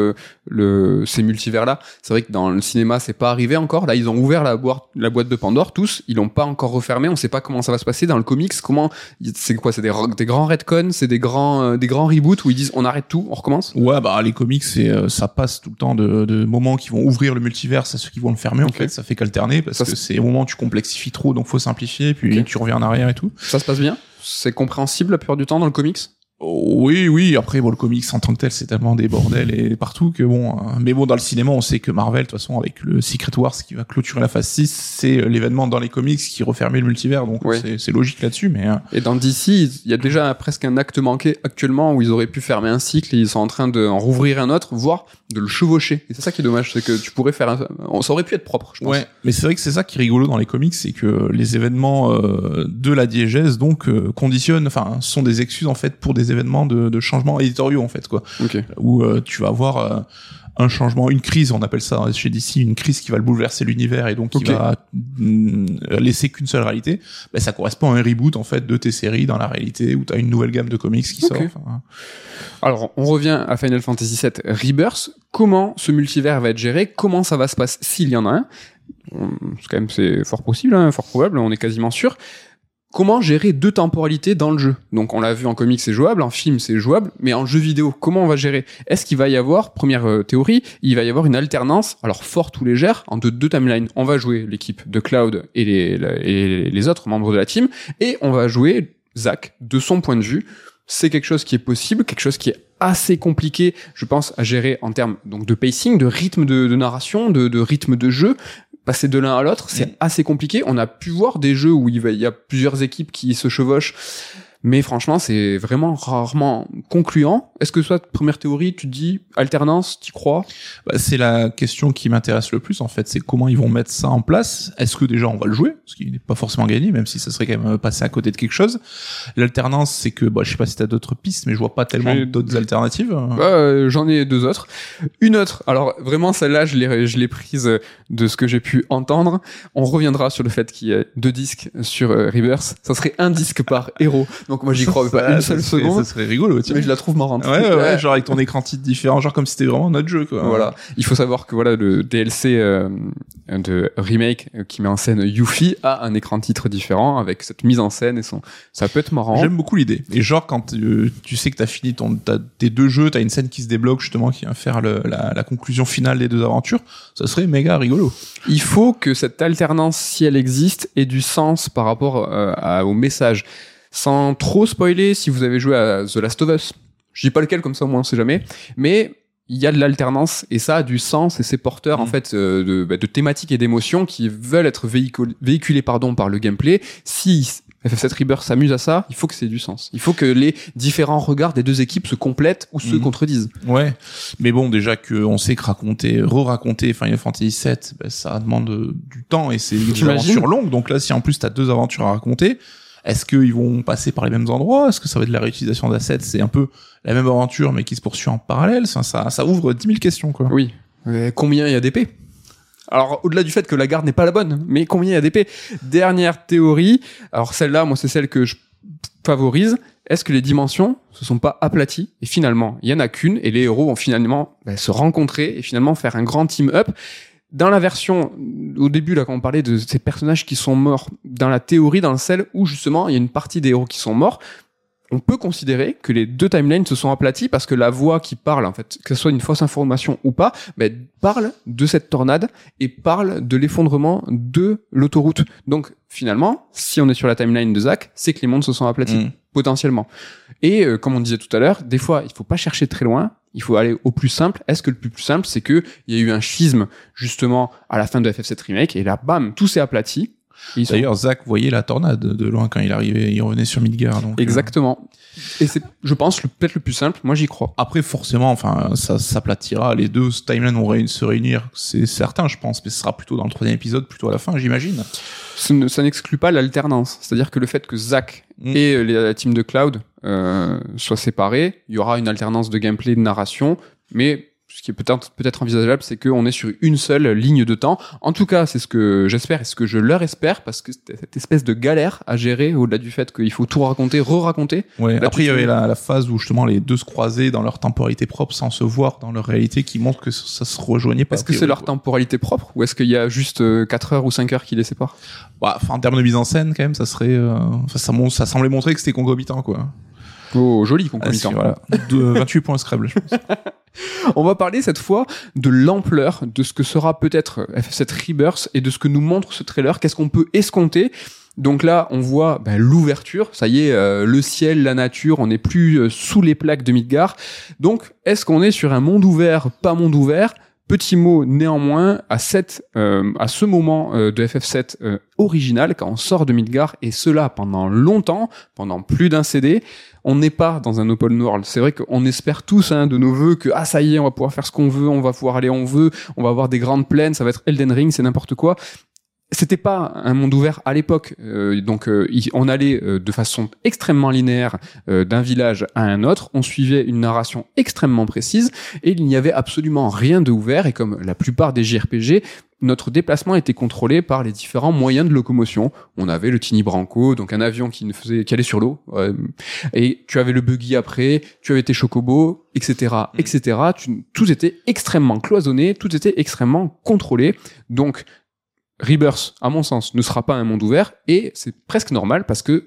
ces multivers-là? C'est vrai que dans le cinéma, c'est pas arrivé encore. Là, ils ont ouvert la boîte de Pandore, tous. Ils l'ont pas encore refermé. On sait pas comment ça va se passer dans le comics. C'est quoi? C'est des grands retcons, c'est des grands reboots où ils disent on arrête tout, on recommence? Ouais, les comics, ça passe tout le temps de moments qui vont ouvrir le multivers à ceux qui vont le fermer. En fait, ça fait qu'alterner parce que c'est au moment où tu complexifies trop, donc faut simplifier, puis tu reviens en arrière et tout. Ça se passe bien? C'est compréhensible la plupart du temps dans le comics? Oui. Après, bon, le comics en tant que tel, c'est tellement des bordels et partout que bon. Mais bon, dans le cinéma, on sait que Marvel, de toute façon, avec le Secret Wars qui va clôturer la phase 6, c'est l'événement dans les comics qui refermait le multivers. Donc, c'est logique là-dessus, mais. Et dans DC, il y a déjà presque un acte manqué actuellement où ils auraient pu fermer un cycle et ils sont en train d'en rouvrir un autre, voire de le chevaucher. Et c'est ça qui est dommage, c'est que tu pourrais faire ça aurait pu être propre, je pense. Ouais. Mais c'est vrai que c'est ça qui est rigolo dans les comics, c'est que les événements de la diégèse, donc, sont des excuses, en fait, pour des événements de changements éditoriaux en fait quoi. Okay. Où tu vas avoir un changement, une crise, on appelle ça chez DC, une crise qui va le bouleverser l'univers et donc qui va laisser qu'une seule réalité. Ben ça correspond à un reboot en fait de tes séries dans la réalité où t'as une nouvelle gamme de comics qui sort. Alors on revient à Final Fantasy VII Rebirth. Comment ce multivers va être géré? Comment ça va se passer s'il y en a un? C'est fort possible, fort probable, on est quasiment sûr. Comment gérer 2 temporalités dans le jeu? Donc on l'a vu en comics c'est jouable, en film c'est jouable, mais en jeu vidéo, comment on va gérer? Est-ce qu'il va y avoir, première théorie, il va y avoir une alternance, alors forte ou légère, entre 2 timelines? On va jouer l'équipe de Cloud et les autres membres de la team, et on va jouer Zack de son point de vue. C'est quelque chose qui est possible, quelque chose qui est assez compliqué, je pense, à gérer en termes donc de pacing, de rythme de narration, de rythme de jeu. Passer de l'un à l'autre, c'est assez compliqué. On a pu voir des jeux où il y a plusieurs équipes qui se chevauchent, mais franchement, c'est vraiment rarement concluant. Est-ce que soit première théorie, tu te dis alternance, t'y crois? C'est la question qui m'intéresse le plus en fait, c'est comment ils vont mettre ça en place. Est-ce que déjà on va le jouer, ce qui n'est pas forcément gagné, même si ça serait quand même passé à côté de quelque chose. L'alternance, c'est que je sais pas si t'as d'autres pistes, mais je vois pas tellement d'autres alternatives. J'en ai 2 autres. Une autre, alors vraiment celle-là, je l'ai prise de ce que j'ai pu entendre. On reviendra sur le fait qu'il y ait 2 disques sur Rebirth. Ça serait un disque par héros. Donc moi j'y crois pas une seule seconde. Ça serait rigolo, mais je la trouve marrante. Ouais, genre avec ton écran titre différent, genre comme si c'était vraiment notre jeu quoi. Voilà. Il faut savoir que le DLC de remake qui met en scène Yuffie a un écran titre différent avec cette mise en scène et ça peut être marrant. J'aime beaucoup l'idée. Et genre quand tu sais que t'as fini tes 2 jeux, t'as une scène qui se débloque justement qui va faire la conclusion finale des 2 aventures, ça serait méga rigolo. Il faut que cette alternance, si elle existe, ait du sens par rapport au message. Sans trop spoiler, si vous avez joué à The Last of Us, je dis pas lequel comme ça au moins on sait jamais, mais il y a de l'alternance et ça a du sens et c'est porteur en fait de thématiques et d'émotions qui veulent être véhiculées par le gameplay. Si FF7 Rebirth s'amuse à ça, il faut que c'est du sens. Il faut que les différents regards des 2 équipes se complètent ou se contredisent. Ouais, mais bon, déjà qu'on sait que re-raconter Final Fantasy VII, ça demande du temps et c'est des aventures longues. Donc là, si en plus t'as 2 aventures à raconter, est-ce qu'ils vont passer par les mêmes endroits? Est-ce que ça va être de la réutilisation d'assets? C'est un peu la même aventure mais qui se poursuit en parallèle. Ça ouvre 10 000 questions quoi. Oui. Combien il y a d'épées? Alors, au-delà du fait que la garde n'est pas la bonne, mais combien il y a d'épées? Dernière théorie. Alors, celle-là, moi, c'est celle que je favorise. Est-ce que les dimensions se sont pas aplaties? Et finalement, il y en a qu'une, et les héros vont finalement se rencontrer et finalement faire un grand team-up. Dans la version, au début, là, quand on parlait de ces personnages qui sont morts, dans la théorie, dans celle où, justement, il y a une partie des héros qui sont morts, on peut considérer que les 2 timelines se sont aplaties parce que la voix qui parle, en fait, que ce soit une fausse information ou pas, parle de cette tornade et parle de l'effondrement de l'autoroute. Donc, finalement, si on est sur la timeline de Zack, c'est que les mondes se sont aplatis, potentiellement. Et, comme on disait tout à l'heure, des fois, il faut pas chercher très loin, il faut aller au plus simple. Est-ce que le plus simple, c'est que il y a eu un schisme, justement, à la fin de FF7 Remake, et là, bam, tout s'est aplati. D'ailleurs, Zack voyait la tornade de loin quand il arrivait, il revenait sur Midgar. Donc, exactement. Et c'est, je pense, peut-être le plus simple. Moi, j'y crois. Après, forcément, ça s'aplatira. Les 2 timelines vont se réunir. C'est certain, je pense. Mais ce sera plutôt dans le 3e épisode, plutôt à la fin, j'imagine. Ça n'exclut pas l'alternance. C'est-à-dire que le fait que Zack et la team de Cloud soient séparés, il y aura une alternance de gameplay, de narration, mais ce qui est peut-être envisageable, c'est qu'on est sur une seule ligne de temps. En tout cas, c'est ce que j'espère et ce que je leur espère, parce que c'était cette espèce de galère à gérer, au-delà du fait qu'il faut tout raconter, re-raconter. Ouais. Là, après, il y avait la phase où justement les 2 se croisaient dans leur temporalité propre sans se voir dans leur réalité, qui montre que ça se rejoignait pas. Est-ce que c'est leur temporalité propre, ou est-ce qu'il y a juste 4 heures ou 5 heures qui les séparent? En termes de mise en scène, quand même, ça serait, ça semblait montrer que c'était concomitant, quoi. Oh, joli concomitant. Voilà. 28 points Scrabble, je pense. On va parler cette fois de l'ampleur de ce que sera peut-être FF7 Rebirth et de ce que nous montre ce trailer. Qu'est-ce qu'on peut escompter? Donc là, on voit l'ouverture, ça y est, le ciel, la nature, on n'est plus sous les plaques de Midgar. Donc, est-ce qu'on est sur un monde ouvert, pas monde ouvert ? Petit mot néanmoins, à ce moment de FF7 original, quand on sort de Midgar, et cela pendant longtemps, pendant plus d'un CD, on n'est pas dans un open world. C'est vrai qu'on espère tous de nos vœux que ça y est, on va pouvoir faire ce qu'on veut, on va pouvoir aller où on veut, on va avoir des grandes plaines, ça va être Elden Ring, c'est n'importe quoi. C'était pas un monde ouvert à l'époque, donc on allait de façon extrêmement linéaire d'un village à un autre, on suivait une narration extrêmement précise et il n'y avait absolument rien de ouvert, et comme la plupart des JRPG, notre déplacement était contrôlé par les différents moyens de locomotion. On avait le Tiny Branco, donc un avion qui allait sur l'eau, et tu avais le buggy après, tu avais tes chocobos, etc., etc. Tout était extrêmement cloisonné, tout était extrêmement contrôlé, donc Rebirth, à mon sens, ne sera pas un monde ouvert, et c'est presque normal parce que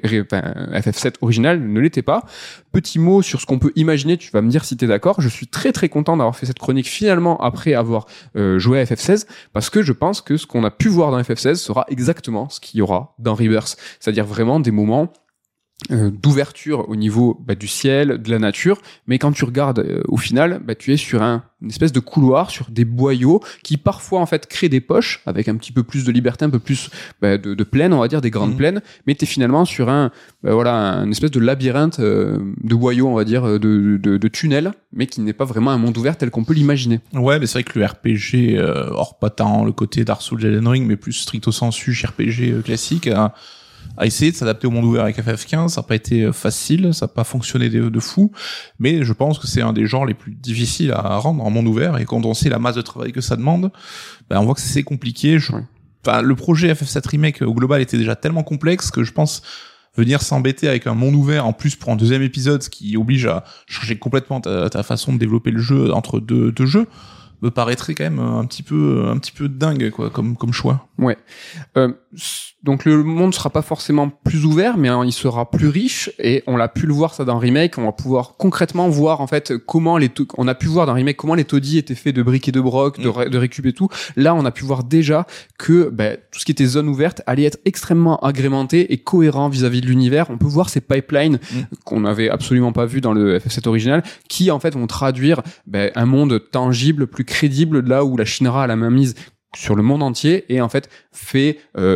FF7 original ne l'était pas. Petit mot sur ce qu'on peut imaginer, tu vas me dire si t'es d'accord. Je suis très très content d'avoir fait cette chronique finalement après avoir joué à FF16, parce que je pense que ce qu'on a pu voir dans FF16 sera exactement ce qu'il y aura dans Rebirth, c'est-à-dire vraiment des moments d'ouverture au niveau du ciel, de la nature, mais quand tu regardes au final, tu es sur une espèce de couloir, sur des boyaux qui parfois en fait créent des poches avec un petit peu plus de liberté, un peu plus de plaine, on va dire des grandes plaines, mais t'es finalement sur une espèce de labyrinthe de boyaux, on va dire, de tunnels, mais qui n'est pas vraiment un monde ouvert tel qu'on peut l'imaginer. Ouais, mais c'est vrai que le RPG, hors pas tant le côté Dark Souls, Elden Ring, mais plus stricto sensu RPG classique, a essayé de s'adapter au monde ouvert avec FF15, ça n'a pas été facile, ça n'a pas fonctionné de fou, mais je pense que c'est un des genres les plus difficiles à rendre en monde ouvert, et quand on sait la masse de travail que ça demande, on voit que c'est compliqué. Le projet FF7 Remake au global était déjà tellement complexe que je pense venir s'embêter avec un monde ouvert en plus pour un deuxième épisode, ce qui oblige à changer complètement ta façon de développer le jeu entre deux jeux, me paraîtrait quand même un petit peu dingue quoi comme choix. Ouais. Donc le monde sera pas forcément plus ouvert, mais il sera plus riche, et on l'a pu le voir ça dans Remake. On va pouvoir concrètement voir en fait comment on a pu voir dans Remake comment les taudis étaient faits de briques et de brocs, de récup et tout. Là, on a pu voir déjà que tout ce qui était zone ouverte allait être extrêmement agrémenté et cohérent vis-à-vis de l'univers. On peut voir ces pipelines qu'on n'avait absolument pas vu dans le FF7 original, qui en fait vont traduire un monde tangible, plus crédible, là où la Shinra a la main mise sur le monde entier, et en fait fait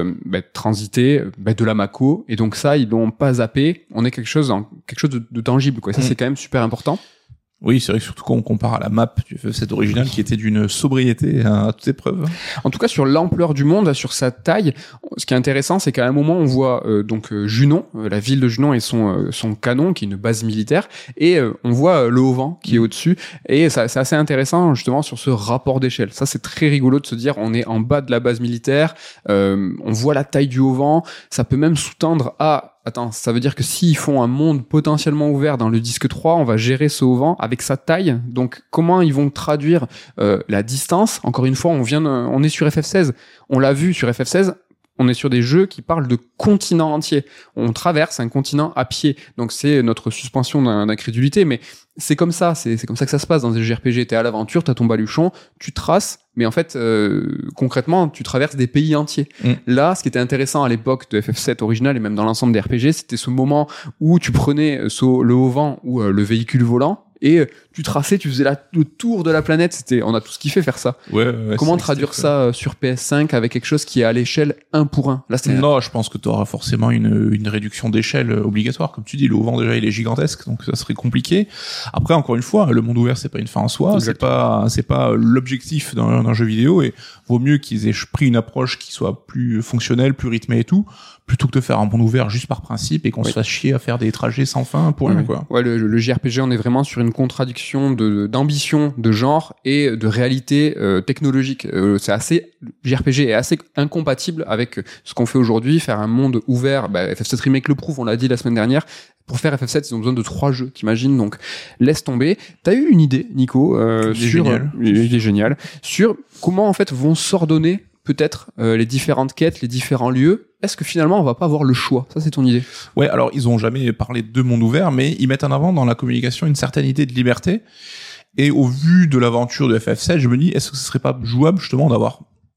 transiter de la Mako, et donc ça ils l'ont pas zappé. On est quelque chose de tangible quoi. Ça c'est quand même super important. Oui, c'est vrai que surtout quand on compare à la map du FF7 original qui était d'une sobriété à toute épreuve. En tout cas, sur l'ampleur du monde, sur sa taille, ce qui est intéressant, c'est qu'à un moment, on voit Junon, la ville de Junon et son canon, qui est une base militaire, et on voit le Haut-Vent qui est au-dessus, et c'est assez intéressant justement sur ce rapport d'échelle. Ça, c'est très rigolo de se dire, on est en bas de la base militaire, on voit la taille du Haut-Vent, ça peut même sous-tendre à... Attends, ça veut dire que s'ils font un monde potentiellement ouvert dans le disque 3, on va gérer ce Haut-Vent avec sa taille. Donc, comment ils vont traduire la distance ? Encore une fois, on est sur FF16. On l'a vu sur FF16. On est sur des jeux qui parlent de continents entiers. On traverse un continent à pied. Donc, c'est notre suspension d'incrédulité, mais c'est comme ça. C'est comme ça que ça se passe dans des JRPG. T'es à l'aventure, t'as ton baluchon, tu traces, mais en fait, concrètement, tu traverses des pays entiers. Là, ce qui était intéressant à l'époque de FF7 original et même dans l'ensemble des RPG, c'était ce moment où tu prenais le Haut-Vent ou le véhicule volant, et tu traçais, tu faisais le tour de la planète. On a tous kiffé faire ça. Ouais, comment traduire ça sur PS5 avec quelque chose qui est à l'échelle 1 pour 1 ? Là, non, je pense que tu auras forcément une réduction d'échelle obligatoire. Comme tu dis, le Haut-Vent déjà il est gigantesque, donc ça serait compliqué. Après, encore une fois, le monde ouvert c'est pas une fin en soi. Exactement. C'est pas l'objectif d'un jeu vidéo, et vaut mieux qu'ils aient pris une approche qui soit plus fonctionnelle, plus rythmée et tout, plutôt que de faire un monde ouvert juste par principe et qu'on se fasse chier à faire des trajets sans fin pour rien quoi. Ouais, le JRPG, on est vraiment sur une contradiction d'ambition, de genre et de réalité technologique. JRPG est assez incompatible avec ce qu'on fait aujourd'hui, faire un monde ouvert. FF7 Remake le prouve, on l'a dit la semaine dernière. Pour faire FF7, ils ont besoin de 3 jeux, t'imagines, donc laisse tomber. T'as eu une idée, Nico, une idée géniale, sur comment en fait vont s'ordonner peut-être les différentes quêtes, les différents lieux. Est-ce que finalement on va pas avoir le choix ? Ça, c'est ton idée. Ouais, alors ils ont jamais parlé de monde ouvert, mais ils mettent en avant dans la communication une certaine idée de liberté. Et au vu de l'aventure de FF7, je me dis, est-ce que ce serait pas jouable justement d'avoir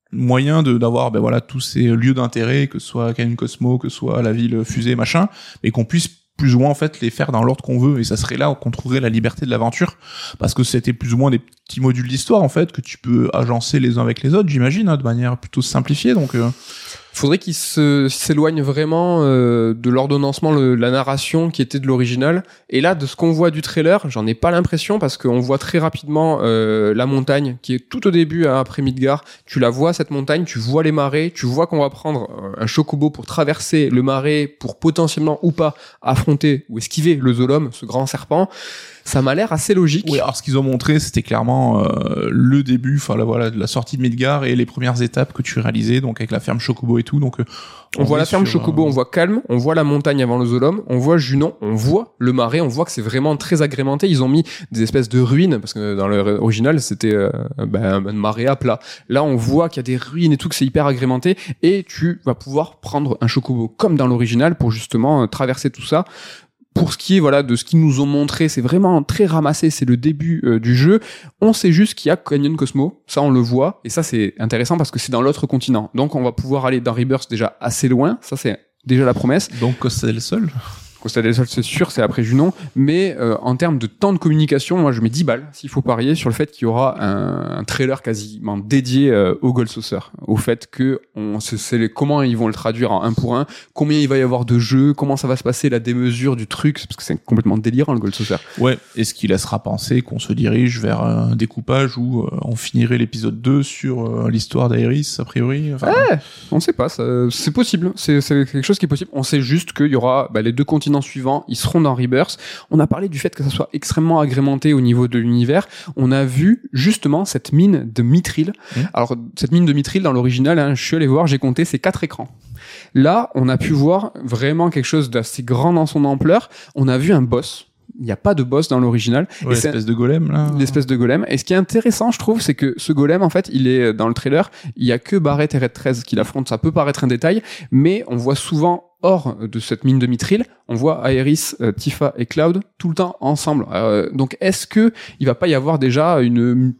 moyen d'avoir tous ces lieux d'intérêt, que ce soit Canyon Cosmo, que ce soit la ville fusée, machin, et qu'on puisse plus ou moins en fait les faire dans l'ordre qu'on veut, et ça serait là qu'on trouverait la liberté de l'aventure, parce que c'était plus ou moins des petits modules d'histoire en fait que tu peux agencer les uns avec les autres, j'imagine, de manière plutôt simplifiée. Donc faudrait qu'il s'éloigne vraiment de l'ordonnancement, la narration qui était de l'original. Et là, de ce qu'on voit du trailer, j'en ai pas l'impression, parce qu'on voit très rapidement la montagne qui est tout au début après Midgar. Tu la vois, cette montagne, tu vois les marais, tu vois qu'on va prendre un chocobo pour traverser le marais pour potentiellement ou pas affronter ou esquiver le Zolom, ce grand serpent. Ça m'a l'air assez logique. Oui, alors ce qu'ils ont montré, c'était clairement le début, de la sortie de Midgar et les premières étapes que tu réalisais, donc avec la ferme Chocobo et tout. Donc on voit la ferme Chocobo, on voit Calme, on voit la montagne avant le Zolom, on voit Junon, on voit le marais, on voit que c'est vraiment très agrémenté. Ils ont mis des espèces de ruines, parce que dans l'original, c'était un marais à plat. Là, on voit qu'il y a des ruines et tout, que c'est hyper agrémenté, et tu vas pouvoir prendre un Chocobo comme dans l'original pour justement traverser tout ça. Pour ce qui est de ce qu'ils nous ont montré, c'est vraiment très ramassé, c'est le début du jeu. On sait juste qu'il y a Canyon Cosmo, ça on le voit, et ça c'est intéressant parce que c'est dans l'autre continent. Donc on va pouvoir aller dans Rebirth déjà assez loin, ça c'est déjà la promesse. Donc Costa del Sol Costa del Sol, c'est sûr, c'est après Junon, mais en termes de temps de communication, moi je mets 10 balles s'il faut parier sur le fait qu'il y aura un trailer quasiment dédié au Gold Saucer, au fait que comment ils vont le traduire en 1 pour 1, combien il va y avoir de jeux, comment ça va se passer, la démesure du truc, parce que c'est complètement délirant le Gold Saucer. Ouais, et ce qui laissera penser qu'on se dirige vers un découpage où on finirait l'épisode 2 sur l'histoire d'Aerys, a priori. On sait pas, c'est possible, c'est quelque chose qui est possible. On sait juste qu'il y aura les 2 continents suivants, ils seront dans Rebirth. On a parlé du fait que ça soit extrêmement agrémenté au niveau de l'univers. On a vu justement cette mine de Mithril. Alors cette mine de Mithril dans l'original, je suis allé voir, j'ai compté, c'est 4 écrans. Là, on a pu voir vraiment quelque chose d'assez grand dans son ampleur. On a vu un boss. Il n'y a pas de boss dans l'original. Ouais, l'espèce de golem, là. L'espèce de golem. Et ce qui est intéressant, je trouve, c'est que ce golem, en fait, il est dans le trailer, il y a que Barrett et Red 13 qui l'affrontent. Ça peut paraître un détail, mais on voit souvent hors de cette mine de Mithril, on voit Aerys, Tifa et Cloud tout le temps ensemble. Donc est-ce que il va pas y avoir déjà une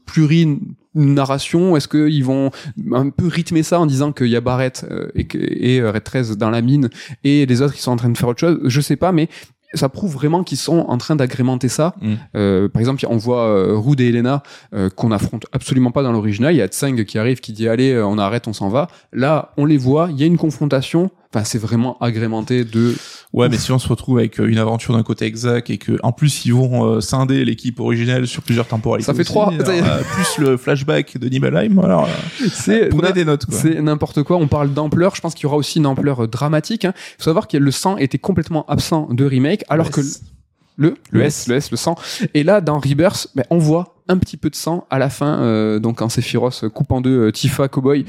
narration? Est-ce qu'ils vont un peu rythmer ça en disant qu'il y a Barrett et Red 13 dans la mine et les autres qui sont en train de faire autre chose? Je sais pas, mais ça prouve vraiment qu'ils sont en train d'agrémenter ça. Par exemple, on voit Rude et Elena qu'on affronte absolument pas dans l'original. Il y a Tseng qui arrive, qui dit allez, on arrête, on s'en va. Là, on les voit, il y a une confrontation. Enfin, c'est vraiment agrémenté de... Ouais, mais si on se retrouve avec une aventure d'un côté exact et que en plus ils vont scinder l'équipe originelle sur plusieurs temporalités, ça fait 3. Plus le flashback de Nibelheim. Alors, prenez des notes, quoi. C'est n'importe quoi. On parle d'ampleur. Je pense qu'il y aura aussi une ampleur dramatique. Il faut savoir que le sang était complètement absent de remake, alors que le sang. Et là, dans Rebirth, on voit un petit peu de sang à la fin. Donc quand Sephiroth coupe en deux Tifa Cowboy,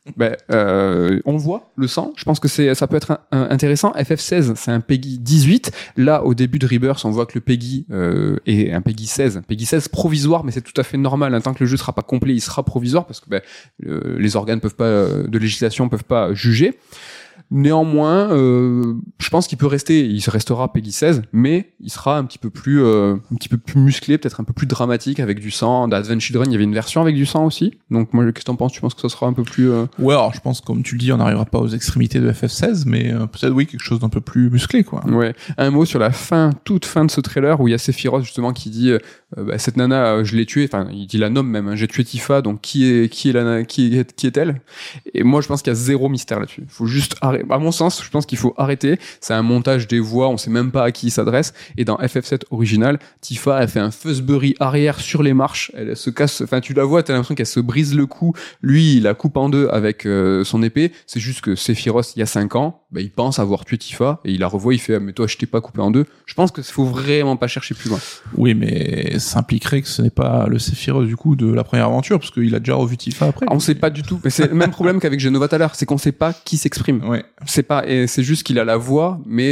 on voit le sang. Je pense que ça peut être intéressant. FF16, c'est un PEGI 18. Là, au début de Rebirth, on voit que le PEGI est un PEGI 16. PEGI 16 provisoire, mais c'est tout à fait normal. Tant que le jeu sera pas complet, il sera provisoire parce que les organes de législation peuvent pas juger. Néanmoins, je pense qu'il peut rester, il restera PEGI 16, mais il sera un petit peu plus musclé, peut-être un peu plus dramatique avec du sang. Dans Advent Children, il y avait une version avec du sang aussi. Donc moi, qu'est-ce que t'en penses? Tu penses que ça sera un peu plus Ouais, alors je pense, comme tu le dis, on n'arrivera pas aux extrémités de FF16, mais peut-être oui, quelque chose d'un peu plus musclé, quoi. Ouais. Un mot sur la toute fin de ce trailer où il y a Sephiroth justement qui dit cette nana, je l'ai tuée. Enfin, il dit la nomme même. J'ai tué Tifa, donc qui est-elle? Et moi, je pense qu'il y a zéro mystère là-dessus. Faut juste à mon sens, je pense qu'il faut arrêter. C'est un montage des voix, on sait même pas à qui il s'adresse. Et dans FF7 original, Tifa, elle fait un Fuzzberry arrière sur les marches. Elle se casse, enfin, tu la vois, t'as l'impression qu'elle se brise le cou. Lui, il la coupe en deux avec son épée. C'est juste que Sephiroth, il y a 5 ans, il pense avoir tué Tifa et il la revoit, il fait, mais toi, je t'ai pas coupé en deux. Je pense que faut vraiment pas chercher plus loin. Oui, mais ça impliquerait que ce n'est pas le Sephiroth, du coup, de la première aventure, parce qu'il a déjà revu Tifa après. On sait pas du tout. Mais c'est le même problème qu'avec Genova tout à l'heure, c'est qu'on sait pas qui s'exprime. Ouais. C'est juste qu'il a la voix, mais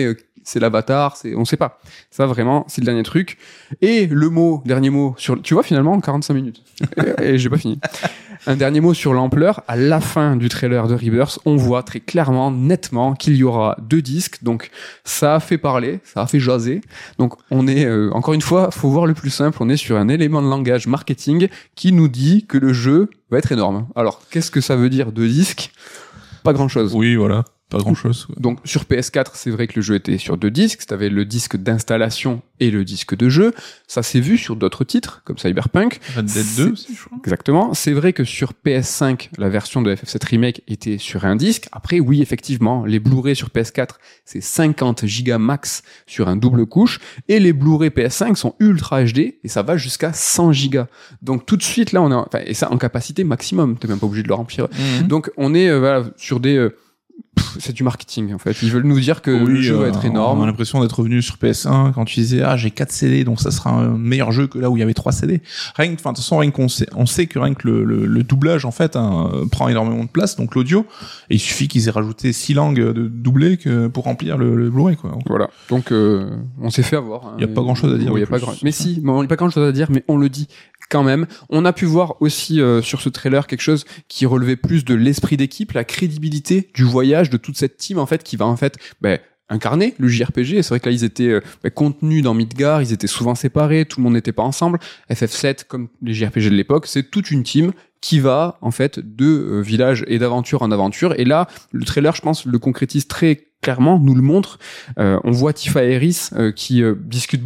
c'est l'avatar, on sait pas. Ça vraiment, c'est le dernier truc. Et dernier mot sur, tu vois finalement 45 minutes. et j'ai pas fini. Un dernier mot sur l'ampleur. À la fin du trailer de Rebirth, on voit très clairement, nettement, qu'il y aura 2 disques. Donc, ça a fait parler, ça a fait jaser. Donc, on est, encore une fois, faut voir le plus simple. On est sur un élément de langage marketing qui nous dit que le jeu va être énorme. Alors, qu'est-ce que ça veut dire 2 disques? Pas grand chose. Oui, voilà. Pas grand chose. Donc sur PS4, c'est vrai que le jeu était sur 2 disques. T'avais le disque d'installation et le disque de jeu. Ça s'est vu sur d'autres titres, comme Cyberpunk. Red Dead 2 aussi, je crois. Exactement. C'est vrai que sur PS5, la version de FF7 Remake était sur un disque. Après, oui, effectivement, les Blu-ray sur PS4, c'est 50 gigas max sur un double couche. Et les Blu-ray PS5 sont ultra HD et ça va jusqu'à 100 gigas. Donc tout de suite, là, et ça en capacité maximum. T'es même pas obligé de le remplir. Donc on est sur des... c'est du marketing en fait. Ils veulent nous dire que le jeu va être énorme. On a l'impression d'être revenu sur PS1 quand tu disais j'ai 4 CD donc ça sera un meilleur jeu que là où il y avait 3 CD. De toute façon on sait que rien que le doublage en fait prend énormément de place, donc l'audio, et il suffit qu'ils aient rajouté 6 langues de doublé pour remplir le Blu-ray quoi. Voilà. Donc on s'est fait avoir. Il y a pas grand-chose à dire. Il y a pas mais si, il y a pas grand-chose à dire, mais on le dit quand même. On a pu voir aussi sur ce trailer quelque chose qui relevait plus de l'esprit d'équipe, la crédibilité du voyage de toute cette team en fait qui va en fait incarner le JRPG. Et c'est vrai que là ils étaient contenus dans Midgar, ils étaient souvent séparés, tout le monde n'était pas ensemble. FF7 comme les JRPG de l'époque, c'est toute une team qui va en fait de village et d'aventure en aventure. Et là le trailer, je pense, le concrétise très clairement, nous le montre. On voit Tifa et Eris qui discutent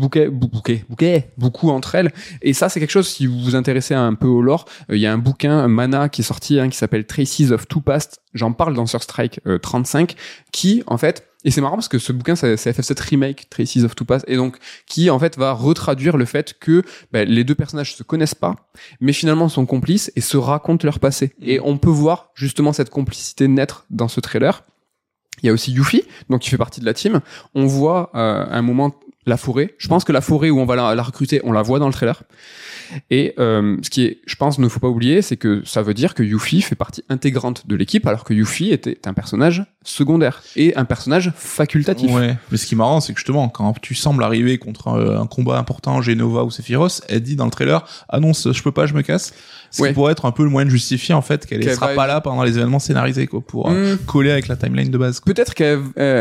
beaucoup entre elles. Et ça, c'est quelque chose, si vous vous intéressez un peu au lore, il y a un bouquin, Mana, qui est sorti, qui s'appelle Traces of Two Past. J'en parle dans Sur Strike 35, qui, en fait, et c'est marrant parce que ce bouquin, c'est FF7 Remake, Traces of Two Past, et donc, qui, en fait, va retraduire le fait que les deux personnages se connaissent pas, mais finalement sont complices et se racontent leur passé. Et on peut voir, justement, cette complicité naître dans ce trailer. Il y a aussi Yuffie, donc qui fait partie de la team. On voit à un moment la forêt. Je pense que la forêt où on va la recruter, on la voit dans le trailer. Et ce qui est, je pense, ne faut pas oublier, c'est que ça veut dire que Yuffie fait partie intégrante de l'équipe, alors que Yuffie était un personnage secondaire et un personnage facultatif. Ouais. Mais ce qui est marrant, c'est que justement, quand tu sembles arriver contre un combat important, Genova ou Sephiroth, elle dit dans le trailer, annonce, je peux pas, je me casse. Ce qui pourrait être un peu le moyen de justifier en fait qu'elle sera pas là pendant les événements scénarisés quoi, pour coller avec la timeline de base. Peut-être qu'elle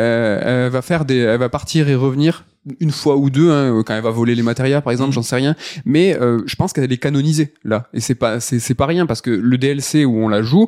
va faire elle va partir et revenir une fois ou deux quand elle va voler les matérias par exemple, j'en sais rien, mais je pense qu'elle est canonisée là, et c'est pas rien parce que le DLC où on la joue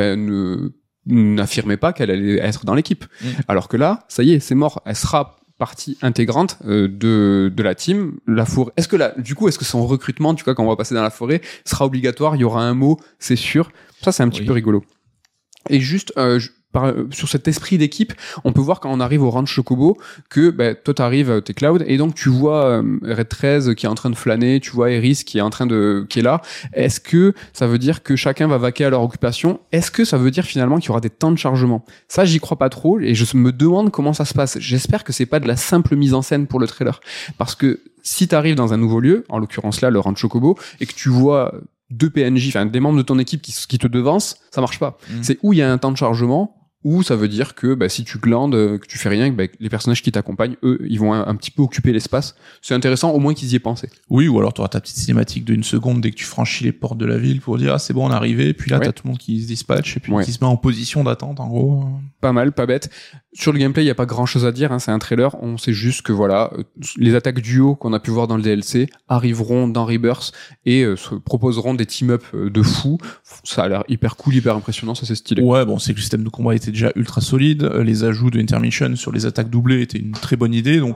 n'affirmait pas qu'elle allait être dans l'équipe, alors que là ça y est, c'est mort, elle sera partie intégrante de la team. La forêt, est-ce que son recrutement, tu vois, quand on va passer dans la forêt, sera obligatoire, il y aura un mot, c'est sûr. Ça c'est un petit peu rigolo. Et juste sur cet esprit d'équipe, on peut voir quand on arrive au Ranch Chocobo que toi t'arrives, t'es Cloud, et donc tu vois Red 13 qui est en train de flâner, tu vois Eris qui est là. Est-ce que ça veut dire que chacun va vaquer à leur occupation? Est-ce que ça veut dire finalement qu'il y aura des temps de chargement? Ça, j'y crois pas trop, et je me demande comment ça se passe. J'espère que c'est pas de la simple mise en scène pour le trailer, parce que si t'arrives dans un nouveau lieu, en l'occurrence là le Ranch Chocobo, et que tu vois deux PNJ, enfin des membres de ton équipe qui te devancent, ça marche pas. C'est où il y a un temps de chargement, ou ça veut dire que si tu glandes, que tu fais rien, que les personnages qui t'accompagnent, eux, ils vont un petit peu occuper l'espace. C'est intéressant, au moins qu'ils y aient pensé. Oui, ou alors tu auras ta petite cinématique d'une seconde dès que tu franchis les portes de la ville pour dire c'est bon, on est arrivé, puis là t'as tout le monde qui se dispatche et puis qui se met en position d'attente en gros. Pas mal, pas bête. Sur le gameplay, il y a pas grand chose à dire, c'est un trailer, on sait juste que les attaques duo qu'on a pu voir dans le DLC arriveront dans Rebirth et se proposeront des team-up de fou. Ça a l'air hyper cool, hyper impressionnant, ça c'est stylé. Ouais, bon, c'est que le système de combat était déjà ultra solide, les ajouts de Intermission sur les attaques doublées étaient une très bonne idée, donc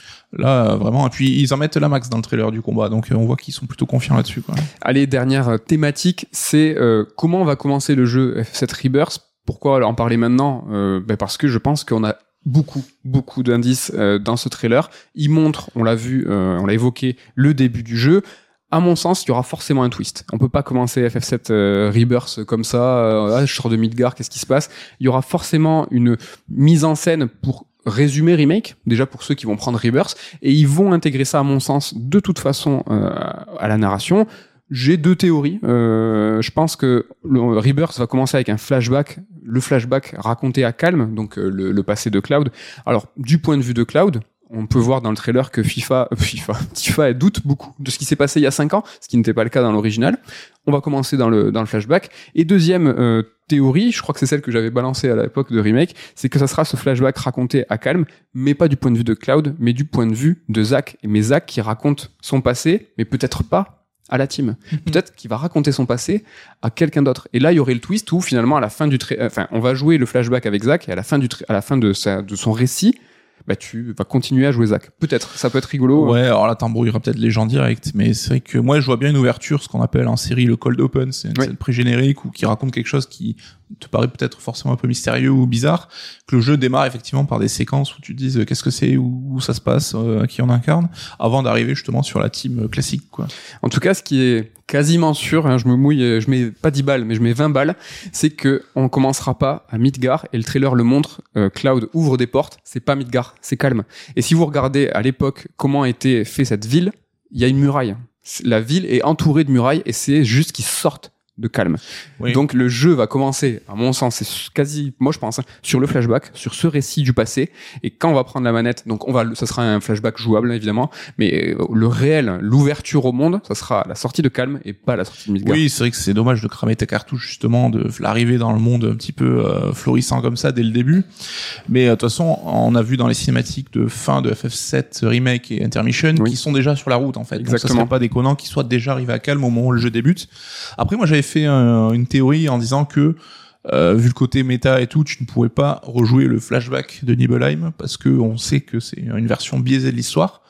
là vraiment, et puis ils en mettent la max dans le trailer du combat, donc on voit qu'ils sont plutôt confiants là-dessus quoi. Allez, dernière thématique, c'est comment on va commencer le jeu F7 Rebirth. Pourquoi en parler maintenant? Parce que je pense qu'on a beaucoup d'indices dans ce trailer. Il montre, on l'a vu, on l'a évoqué, le début du jeu. À mon sens, il y aura forcément un twist. On peut pas commencer FF7 Rebirth comme ça, je sors de Midgar, qu'est-ce qui se passe? Il y aura forcément une mise en scène pour résumer Remake, déjà pour ceux qui vont prendre Rebirth, et ils vont intégrer ça, à mon sens, de toute façon à la narration. J'ai deux théories. Je pense que le Rebirth va commencer avec un flashback, le flashback raconté à Calm, donc le passé de Cloud. Alors, du point de vue de Cloud, on peut voir dans le trailer que Tifa, elle doute beaucoup de ce qui s'est passé il y a 5 ans, ce qui n'était pas le cas dans l'original. On va commencer dans le flashback. Et deuxième théorie, je crois que c'est celle que j'avais balancée à l'époque de Remake, c'est que ça sera ce flashback raconté à Calm, mais pas du point de vue de Cloud, mais du point de vue de Zack. Mais Zack qui raconte son passé, mais peut-être pas à la team. Peut-être qu'il va raconter son passé à quelqu'un d'autre. Et là, il y aurait le twist où finalement, à la fin on va jouer le flashback avec Zack, et à la fin de son récit, bah tu vas continuer à jouer Zack. Peut-être, ça peut être rigolo. Ouais, alors là t'embrouilleras peut-être les gens directs, mais c'est vrai que moi je vois bien une ouverture, ce qu'on appelle en série le cold open, c'est une scène pré-générique ou qui raconte quelque chose qui te paraît peut-être forcément un peu mystérieux ou bizarre, que le jeu démarre effectivement par des séquences où tu te dises qu'est-ce que c'est, où ça se passe, qui on incarne, avant d'arriver justement sur la team classique, quoi. En tout cas, ce qui est quasiment sûr, hein, je me mouille, je mets pas 10 balles, mais je mets 20 balles, c'est que on commencera pas à Midgar, et le trailer le montre, Cloud ouvre des portes, c'est pas Midgar, c'est Calm. Et si vous regardez à l'époque comment était fait cette ville, il y a une muraille. La ville est entourée de murailles, et c'est juste qu'ils sortent de Calm. Oui. Donc le jeu va commencer, à mon sens, c'est quasi, moi je pense, hein, sur le flashback, sur ce récit du passé, et quand on va prendre la manette, donc ça sera un flashback jouable évidemment, mais le réel, l'ouverture au monde, ça sera la sortie de Calm et pas la sortie de Midgar. Oui, c'est vrai que c'est dommage de cramer ta cartouche justement, de l'arrivée dans le monde un petit peu florissant comme ça dès le début, mais de toute façon, on a vu dans les cinématiques de fin de FF7 Remake et Intermission qui sont déjà sur la route en fait. Exactement. Donc ça serait pas déconnant qu'ils soient déjà arrivés à Calm au moment où le jeu débute. Après moi j'avais fait une théorie en disant que vu le côté méta et tout, tu ne pourrais pas rejouer le flashback de Nibelheim parce que on sait que c'est une version biaisée de l'histoire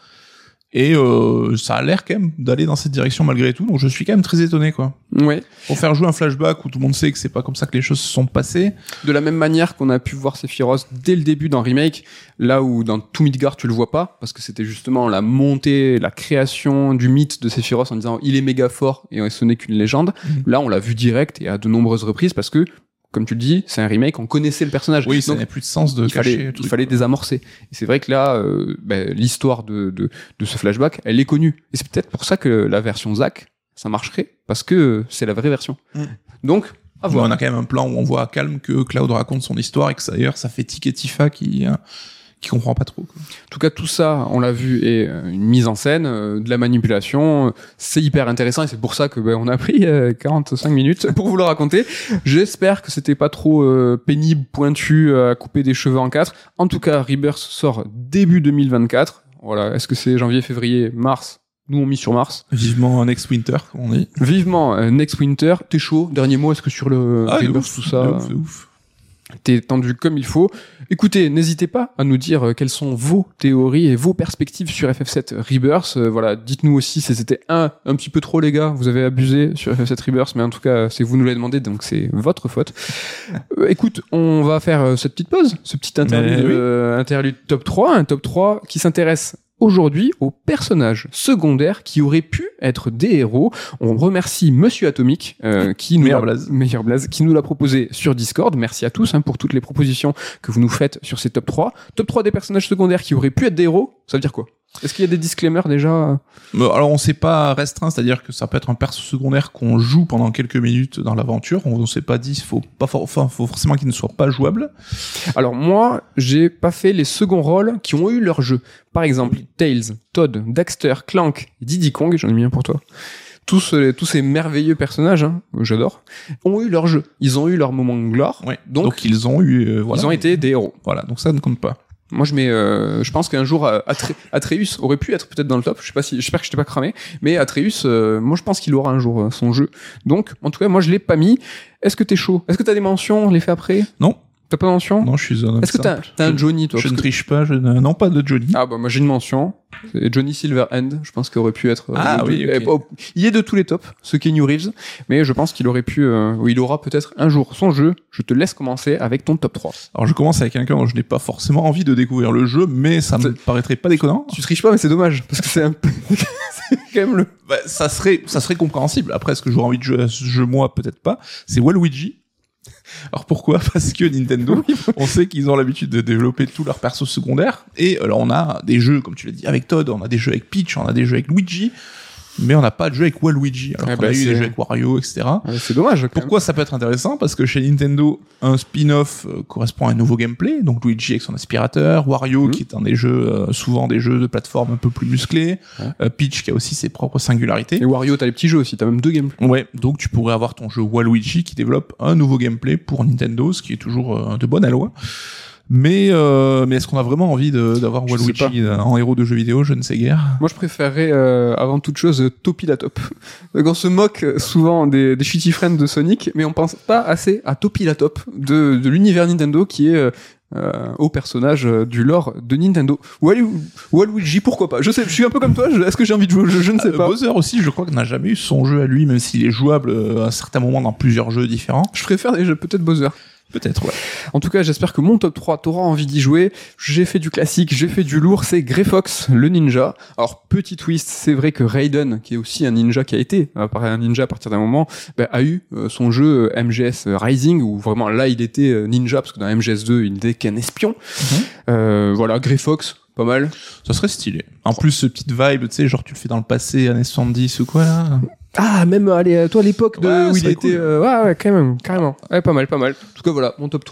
et ça a l'air quand même d'aller dans cette direction malgré tout, donc je suis quand même très étonné, quoi. Ouais. Pour faire jouer un flashback où tout le monde sait que c'est pas comme ça que les choses se sont passées. De la même manière qu'on a pu voir Sephiroth dès le début dans Remake, là où dans tout Midgar tu le vois pas, parce que c'était justement la montée, la création du mythe de Sephiroth en disant il est méga fort et ce n'est qu'une légende. Là on l'a vu direct et à de nombreuses reprises parce que comme tu le dis, c'est un remake, on connaissait le personnage. Oui, ça n'a plus de sens de cacher. Il fallait désamorcer. Et c'est vrai que là, l'histoire de ce flashback, elle est connue. Et c'est peut-être pour ça que la version Zack, ça marcherait, parce que c'est la vraie version. Donc, à voir. On a quand même un plan où on voit à Calm que Cloud raconte son histoire et que d'ailleurs, ça fait tiquer Tifa qui comprend pas trop, quoi. En tout cas, tout ça, on l'a vu, est une mise en scène, de la manipulation. C'est hyper intéressant et c'est pour ça que on a pris 45 minutes pour vous le raconter. J'espère que c'était pas trop pénible, pointu, à couper des cheveux en 4. En tout cas, Rebirth sort début 2024. Voilà. Est-ce que c'est janvier, février, mars? Nous, on mise sur mars. Vivement Next Winter, comme on dit. Vivement Next Winter. T'es chaud? Dernier mot, est-ce que sur le Rebirth, tout ça? C'est ouf. T'es tendu comme il faut. Écoutez, n'hésitez pas à nous dire quelles sont vos théories et vos perspectives sur FF7 Rebirth. Voilà, dites-nous aussi si c'était un petit peu trop, les gars. Vous avez abusé sur FF7 Rebirth, mais en tout cas, c'est vous nous l'avez demandé, donc c'est votre faute. Écoute, on va faire cette petite pause, ce petit interlude top 3, un top 3 qui s'intéresse aujourd'hui aux personnages secondaires qui auraient pu être des héros. On remercie Monsieur Atomic qui Meilleur Blaze qui nous l'a proposé sur Discord. Merci à tous pour toutes les propositions que vous nous faites sur ces top 3. Top 3 des personnages secondaires qui auraient pu être des héros, ça veut dire quoi? Est-ce qu'il y a des disclaimers déjà? Alors on s'est pas restreint, c'est-à-dire que ça peut être un perso secondaire qu'on joue pendant quelques minutes dans l'aventure. On s'est pas dit faut forcément qu'il ne soit pas jouable. Alors moi, j'ai pas fait les seconds rôles qui ont eu leur jeu. Par exemple, Tails, Todd, Daxter, Clank et Diddy Kong, j'en ai mis un pour toi. Tous ces merveilleux personnages, j'adore, ont eu leur jeu. Ils ont eu leur moment de gloire. Ouais. Donc ils ont eu, ils ont été des héros. Voilà. Donc ça ne compte pas. Moi, je pense qu'un jour, Atreus aurait pu être peut-être dans le top. J'espère que je t'ai pas cramé. Mais Atreus, moi, je pense qu'il aura un jour son jeu. Donc, en tout cas, moi, je l'ai pas mis. Est-ce que t'es chaud? Est-ce que t'as des mentions? On les fait après? Non. T'as pas de mention? Non, je suis un homme. Est-ce que t'as un Johnny, toi? Je ne triche pas, non, pas de Johnny. Ah, bah, moi, j'ai une mention. C'est Johnny Silverhand. Je pense qu'il aurait pu être, oui, okay. Il est de tous les tops, ce Keanu Reeves. Mais je pense qu'il aurait pu, ou il aura peut-être un jour son jeu. Je te laisse commencer avec ton top 3. Alors, je commence avec quelqu'un dont je n'ai pas forcément envie de découvrir le jeu, mais ça me paraîtrait pas déconnant. Tu triches pas, mais c'est dommage. Parce que c'est un peu, c'est quand même ça serait compréhensible. Après, est-ce que j'aurais envie de jouer à ce jeu? Moi, peut-être pas. C'est Waluigi. Alors pourquoi? Parce que Nintendo, on sait qu'ils ont l'habitude de développer tous leurs persos secondaires. Et alors on a des jeux, comme tu l'as dit, avec Todd, on a des jeux avec Peach, on a des jeux avec Luigi. mais on n'a pas de jeu avec Waluigi, alors qu'on a eu des jeux avec Wario, etc. C'est dommage. Pourquoi ça peut être intéressant? Parce que chez Nintendo, un spin-off correspond à un nouveau gameplay, donc Luigi avec son aspirateur, Wario qui est un des jeux, souvent des jeux de plateforme un peu plus musclés, Peach qui a aussi ses propres singularités. Et Wario, t'as les petits jeux aussi, t'as même 2 gameplays. Ouais, donc tu pourrais avoir ton jeu Waluigi qui développe un nouveau gameplay pour Nintendo, ce qui est toujours de bonne aloi. Mais est-ce qu'on a vraiment envie d'avoir Waluigi en héros de jeux vidéo? Je ne sais guère. Moi, je préférerais avant toute chose Topilatop. Donc, on se moque souvent des shitty friends de Sonic, mais on pense pas assez à Topilatop de l'univers Nintendo qui est au personnage du lore de Nintendo. Waluigi, pourquoi pas? Je sais, je suis un peu comme toi. Est-ce que j'ai envie de jouer? Je ne sais pas. Bowser aussi, je crois qu'il n'a jamais eu son jeu à lui, même s'il est jouable à certains moments dans plusieurs jeux différents. Je préfère déjà peut-être Bowser. Peut-être, ouais. En tout cas, j'espère que mon top 3 t'aura envie d'y jouer. J'ai fait du classique, j'ai fait du lourd, c'est Grey Fox, le ninja. Alors, petit twist, c'est vrai que Raiden, qui est aussi un ninja qui a été un ninja à partir d'un moment, a eu son jeu MGS Rising, où vraiment là, il était ninja, parce que dans MGS2, il n'était qu'un espion. Voilà, Grey Fox, pas mal. Ça serait stylé. En plus, ce petite vibe, tu sais, genre tu le fais dans le passé, années 70 ou quoi, là. Ah, même, allez, toi, à l'époque où il était, cool. ouais, carrément. Ouais, pas mal. En tout cas, voilà, mon top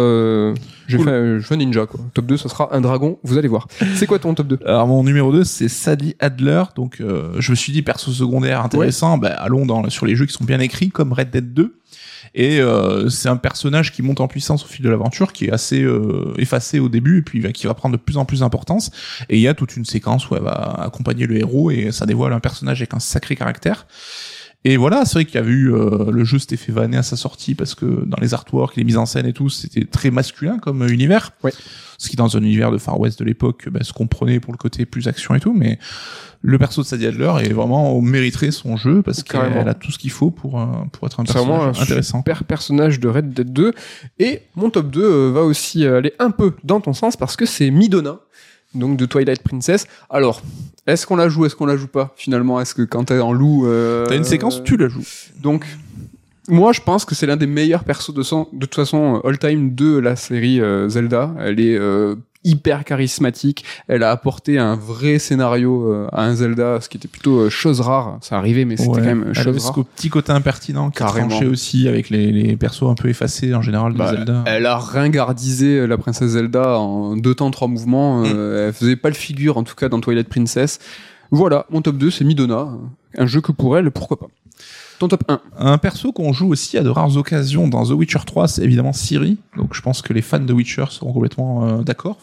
3, je fais un ninja, quoi. Top 2, ça sera un dragon, vous allez voir. C'est quoi ton top 2? Alors, mon numéro 2, c'est Sadie Adler, donc, je me suis dit, perso secondaire intéressant, allons sur les jeux qui sont bien écrits, comme Red Dead 2. Et c'est un personnage qui monte en puissance au fil de l'aventure, qui est assez effacé au début, et puis qui va prendre de plus en plus d'importance. Et il y a toute une séquence où elle va accompagner le héros, et ça dévoile un personnage avec un sacré caractère. Et voilà, c'est vrai qu'il y avait eu le jeu s'était fait vanner à sa sortie, parce que dans les artworks, les mises en scène et tout, c'était très masculin comme univers. Ouais. Ce qui, dans un univers de Far West de l'époque, se comprenait pour le côté plus action et tout, mais le perso de Sadie Adler est vraiment mériterait son jeu, parce qu'elle a tout ce qu'il faut pour être un personnage intéressant. Super personnage de Red Dead 2. Et mon top 2 va aussi aller un peu dans ton sens, parce que c'est Midona, donc de Twilight Princess. Alors, est-ce qu'on la joue, est-ce qu'on la joue pas, finalement? Est-ce que quand t'es en loup... T'as une séquence où tu la joues. Donc... Moi, je pense que c'est l'un des meilleurs persos de toute façon all-time de la série Zelda. Elle est hyper charismatique. Elle a apporté un vrai scénario à un Zelda, ce qui était plutôt chose rare. Ça arrivait, mais c'était quand même chose rare. Ce petit côté impertinent qui tranchait aussi avec les persos un peu effacés en général de Zelda. Elle a ringardisé la princesse Zelda en 2 temps 3 mouvements. Elle faisait pas le figure, en tout cas, dans Twilight Princess. Voilà, mon top 2, c'est Midona. Un jeu que pour elle, pourquoi pas. Ton top 1. Un perso qu'on joue aussi à de rares occasions dans The Witcher 3, c'est évidemment Ciri. Donc je pense que les fans de Witcher seront complètement d'accord.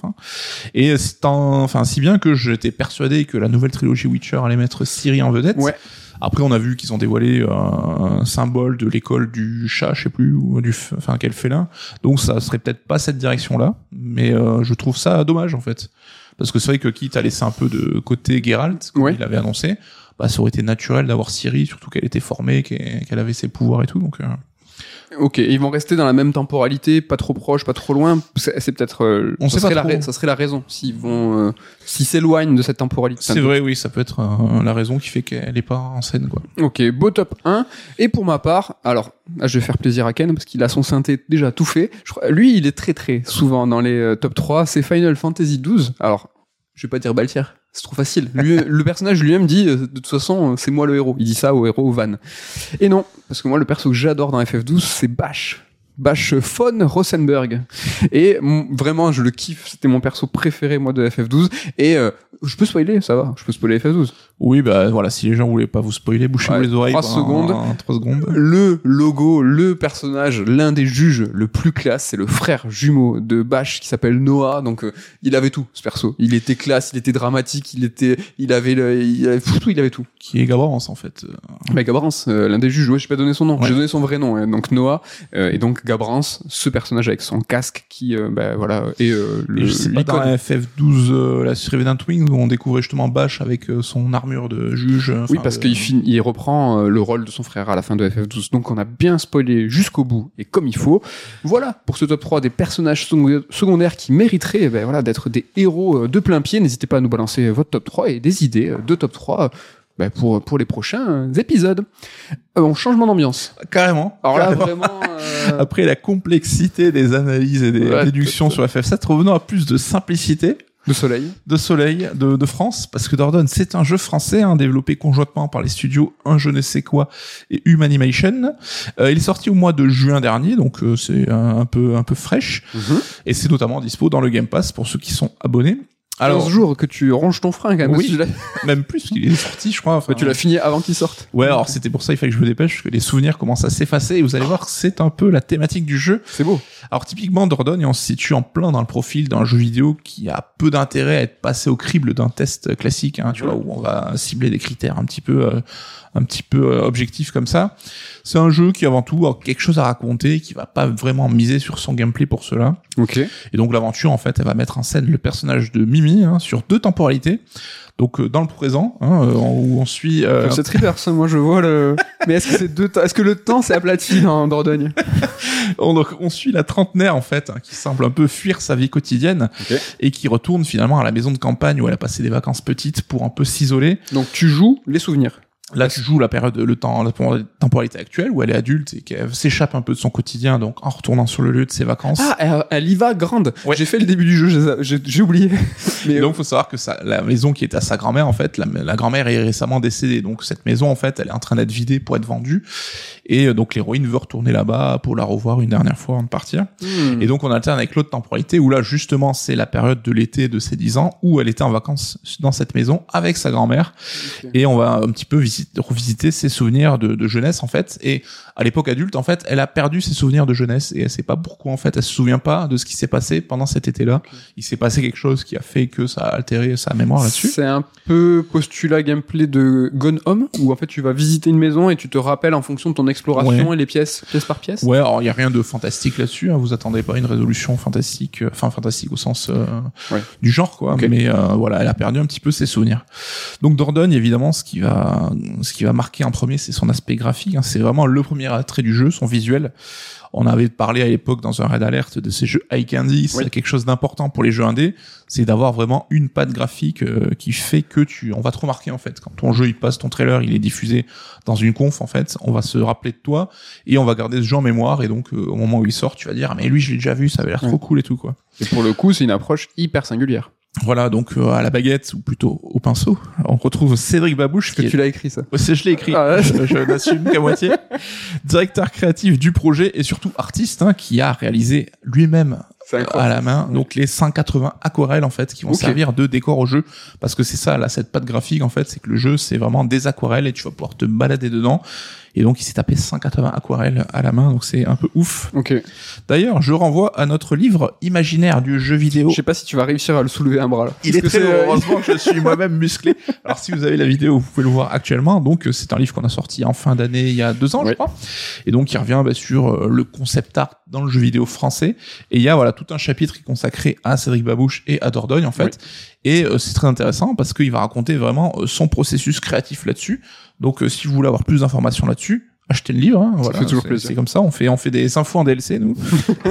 Et si bien que j'étais persuadé que la nouvelle trilogie Witcher allait mettre Ciri en vedette. Ouais. Après, on a vu qu'ils ont dévoilé un symbole de l'école du chat, je sais plus, ou quel félin. Donc ça serait peut-être pas cette direction-là, mais je trouve ça dommage en fait. Parce que c'est vrai que quitte à laisser un peu de côté Geralt, comme il avait annoncé, ça aurait été naturel d'avoir Ciri, surtout qu'elle était formée, qu'elle avait ses pouvoirs et tout, donc... Ok, ils vont rester dans la même temporalité, pas trop proche, pas trop loin. C'est peut-être... ça serait la raison, s'ils s'éloignent de cette temporalité. C'est vrai, oui, ça peut être la raison qui fait qu'elle est pas en scène, quoi. Ok, beau top 1. Et pour ma part, alors, je vais faire plaisir à Ken, parce qu'il a son synthé déjà tout fait. Lui, il est très très souvent dans les top 3, c'est Final Fantasy XII. Alors, je vais pas dire Baltier. C'est trop facile. Le personnage lui-même dit, de toute façon, c'est moi le héros. Il dit ça au héros Van. Et non, parce que moi, le perso que j'adore dans FF12, c'est Bash von Rosenberg. Et vraiment, je le kiffe. C'était mon perso préféré, moi, de FF12. Et je peux spoiler, ça va. Je peux spoiler FF12. Oui, voilà, si les gens voulaient pas vous spoiler, bouchez-vous les oreilles. 3 secondes. 3 secondes. Le logo, le personnage, l'un des juges le plus classe, c'est le frère jumeau de Bash qui s'appelle Noah. Donc, il avait tout, ce perso. Il était classe, il était dramatique, il avait tout. Qui est Gabrance, en fait. Gabrance, l'un des juges, ouais, j'ai pas donné son nom. Ouais. J'ai donné son vrai nom, donc Noah. Et donc, Gabrance, ce personnage avec son casque qui, voilà, et je sais pas, dans la FF12, la Revenant Wings, où on découvrait justement Bash avec son armure de juge. Oui, parce qu'il reprend le rôle de son frère à la fin de FF12. Donc on a bien spoilé jusqu'au bout et comme il faut. Voilà pour ce top 3 des personnages secondaires qui mériteraient d'être des héros de plein pied. N'hésitez pas à nous balancer votre top 3 et des idées de top 3 pour les prochains épisodes. Changement d'ambiance. Carrément. Alors là, vraiment... Après la complexité des analyses et des déductions sur FF7, revenons à plus de simplicité. de Soleil de France, parce que Dordogne, c'est un jeu français, développé conjointement par les studios Un Je ne sais quoi et Humanimation. Il est sorti au mois de juin dernier, donc c'est un peu fraîche, et c'est notamment dispo dans le Game Pass pour ceux qui sont abonnés. Alors, 15 jours que tu ranges ton frein, quand même. Oui, même plus, qu'il est sorti, je crois. Enfin, tu l'as fini avant qu'il sorte. Ouais, alors c'était pour ça, il fallait que je me dépêche, parce que les souvenirs commencent à s'effacer, et vous allez voir, c'est un peu la thématique du jeu. C'est beau. Alors typiquement, Dordogne, on se situe en plein dans le profil d'un jeu vidéo qui a peu d'intérêt à être passé au crible d'un test classique, tu vois, où on va cibler des critères un petit peu objectifs comme ça. C'est un jeu qui avant tout a quelque chose à raconter, qui va pas vraiment miser sur son gameplay pour cela. Ok. Et donc l'aventure, en fait, elle va mettre en scène le personnage de Mimi sur 2 temporalités. Donc dans le présent, où on suit. C'est très personne, moi je vois le. Mais est-ce que le temps s'est aplati dans Dordogne? Donc on suit la trentenaire en fait, qui semble un peu fuir sa vie quotidienne, et qui retourne finalement à la maison de campagne où elle a passé des vacances petites pour un peu s'isoler. Donc tu joues les souvenirs. Là, tu joues la temporalité actuelle où elle est adulte et qu'elle s'échappe un peu de son quotidien, donc en retournant sur le lieu de ses vacances. Ah, elle y va grande. Ouais. J'ai fait le début du jeu, j'ai oublié. Mais donc, faut savoir que la maison qui était à sa grand-mère, en fait, la grand-mère est récemment décédée. Donc, cette maison, en fait, elle est en train d'être vidée pour être vendue. Et donc, l'héroïne veut retourner là-bas pour la revoir une dernière fois avant de partir. Et donc, on alterne avec l'autre temporalité où là, justement, c'est la période de l'été de ses 10 ans où elle était en vacances dans cette maison avec sa grand-mère. Et on va un petit peu revisiter ses souvenirs de jeunesse en fait, et à l'époque adulte en fait elle a perdu ses souvenirs de jeunesse et elle sait pas pourquoi en fait, elle se souvient pas de ce qui s'est passé pendant cet été-là. Il s'est passé quelque chose qui a fait que ça a altéré sa mémoire là-dessus. C'est un peu postulat gameplay de Gone Home où en fait tu vas visiter une maison et tu te rappelles en fonction de ton exploration et les pièce par pièce. Ouais, alors il y a rien de fantastique là-dessus, vous attendez pas une résolution fantastique, fantastique au sens du genre quoi, mais voilà, elle a perdu un petit peu ses souvenirs. Donc Dordogne, évidemment, ce qui va marquer en premier, c'est son aspect graphique. C'est vraiment le premier attrait du jeu, son visuel. On avait parlé à l'époque dans un raid alerte de ces jeux high candy. C'est quelque chose d'important pour les jeux indés, c'est d'avoir vraiment une patte graphique qui fait que on va te remarquer en fait. Quand ton jeu il passe, ton trailer il est diffusé dans une conf en fait, on va se rappeler de toi et on va garder ce jeu en mémoire, et donc au moment où il sort, tu vas dire mais lui je l'ai déjà vu, ça avait l'air trop cool et tout quoi. Et pour le coup, c'est une approche hyper singulière. Voilà, donc à la baguette, ou plutôt au pinceau, on retrouve Cédric Babouche. Tu l'as écrit ça? Je l'ai écrit, je n'assume qu'à moitié. Directeur créatif du projet et surtout artiste, qui a réalisé lui-même à la main, donc les 180 aquarelles en fait qui vont servir de décor au jeu, parce que c'est ça là, cette patte graphique en fait, c'est que le jeu c'est vraiment des aquarelles et tu vas pouvoir te balader dedans. Et donc il s'est tapé 180 aquarelles à la main, donc c'est un peu ouf. D'ailleurs, je renvoie à notre livre imaginaire du jeu vidéo. Je sais pas si tu vas réussir à le soulever un bras là. Il est très heureusement que je suis moi-même musclé. Alors si vous avez la vidéo, vous pouvez le voir actuellement. Donc c'est un livre qu'on a sorti en fin d'année il y a 2 ans, je crois. Et donc il revient sur le concept art dans le jeu vidéo français. Et il y a tout un chapitre qui est consacré à Cédric Babouche et à Dordogne en fait. Et c'est très intéressant parce qu'il va raconter vraiment son processus créatif là-dessus. Donc si vous voulez avoir plus d'informations là-dessus, achetez le livre. Voilà, c'est comme ça, on fait des infos en DLC nous.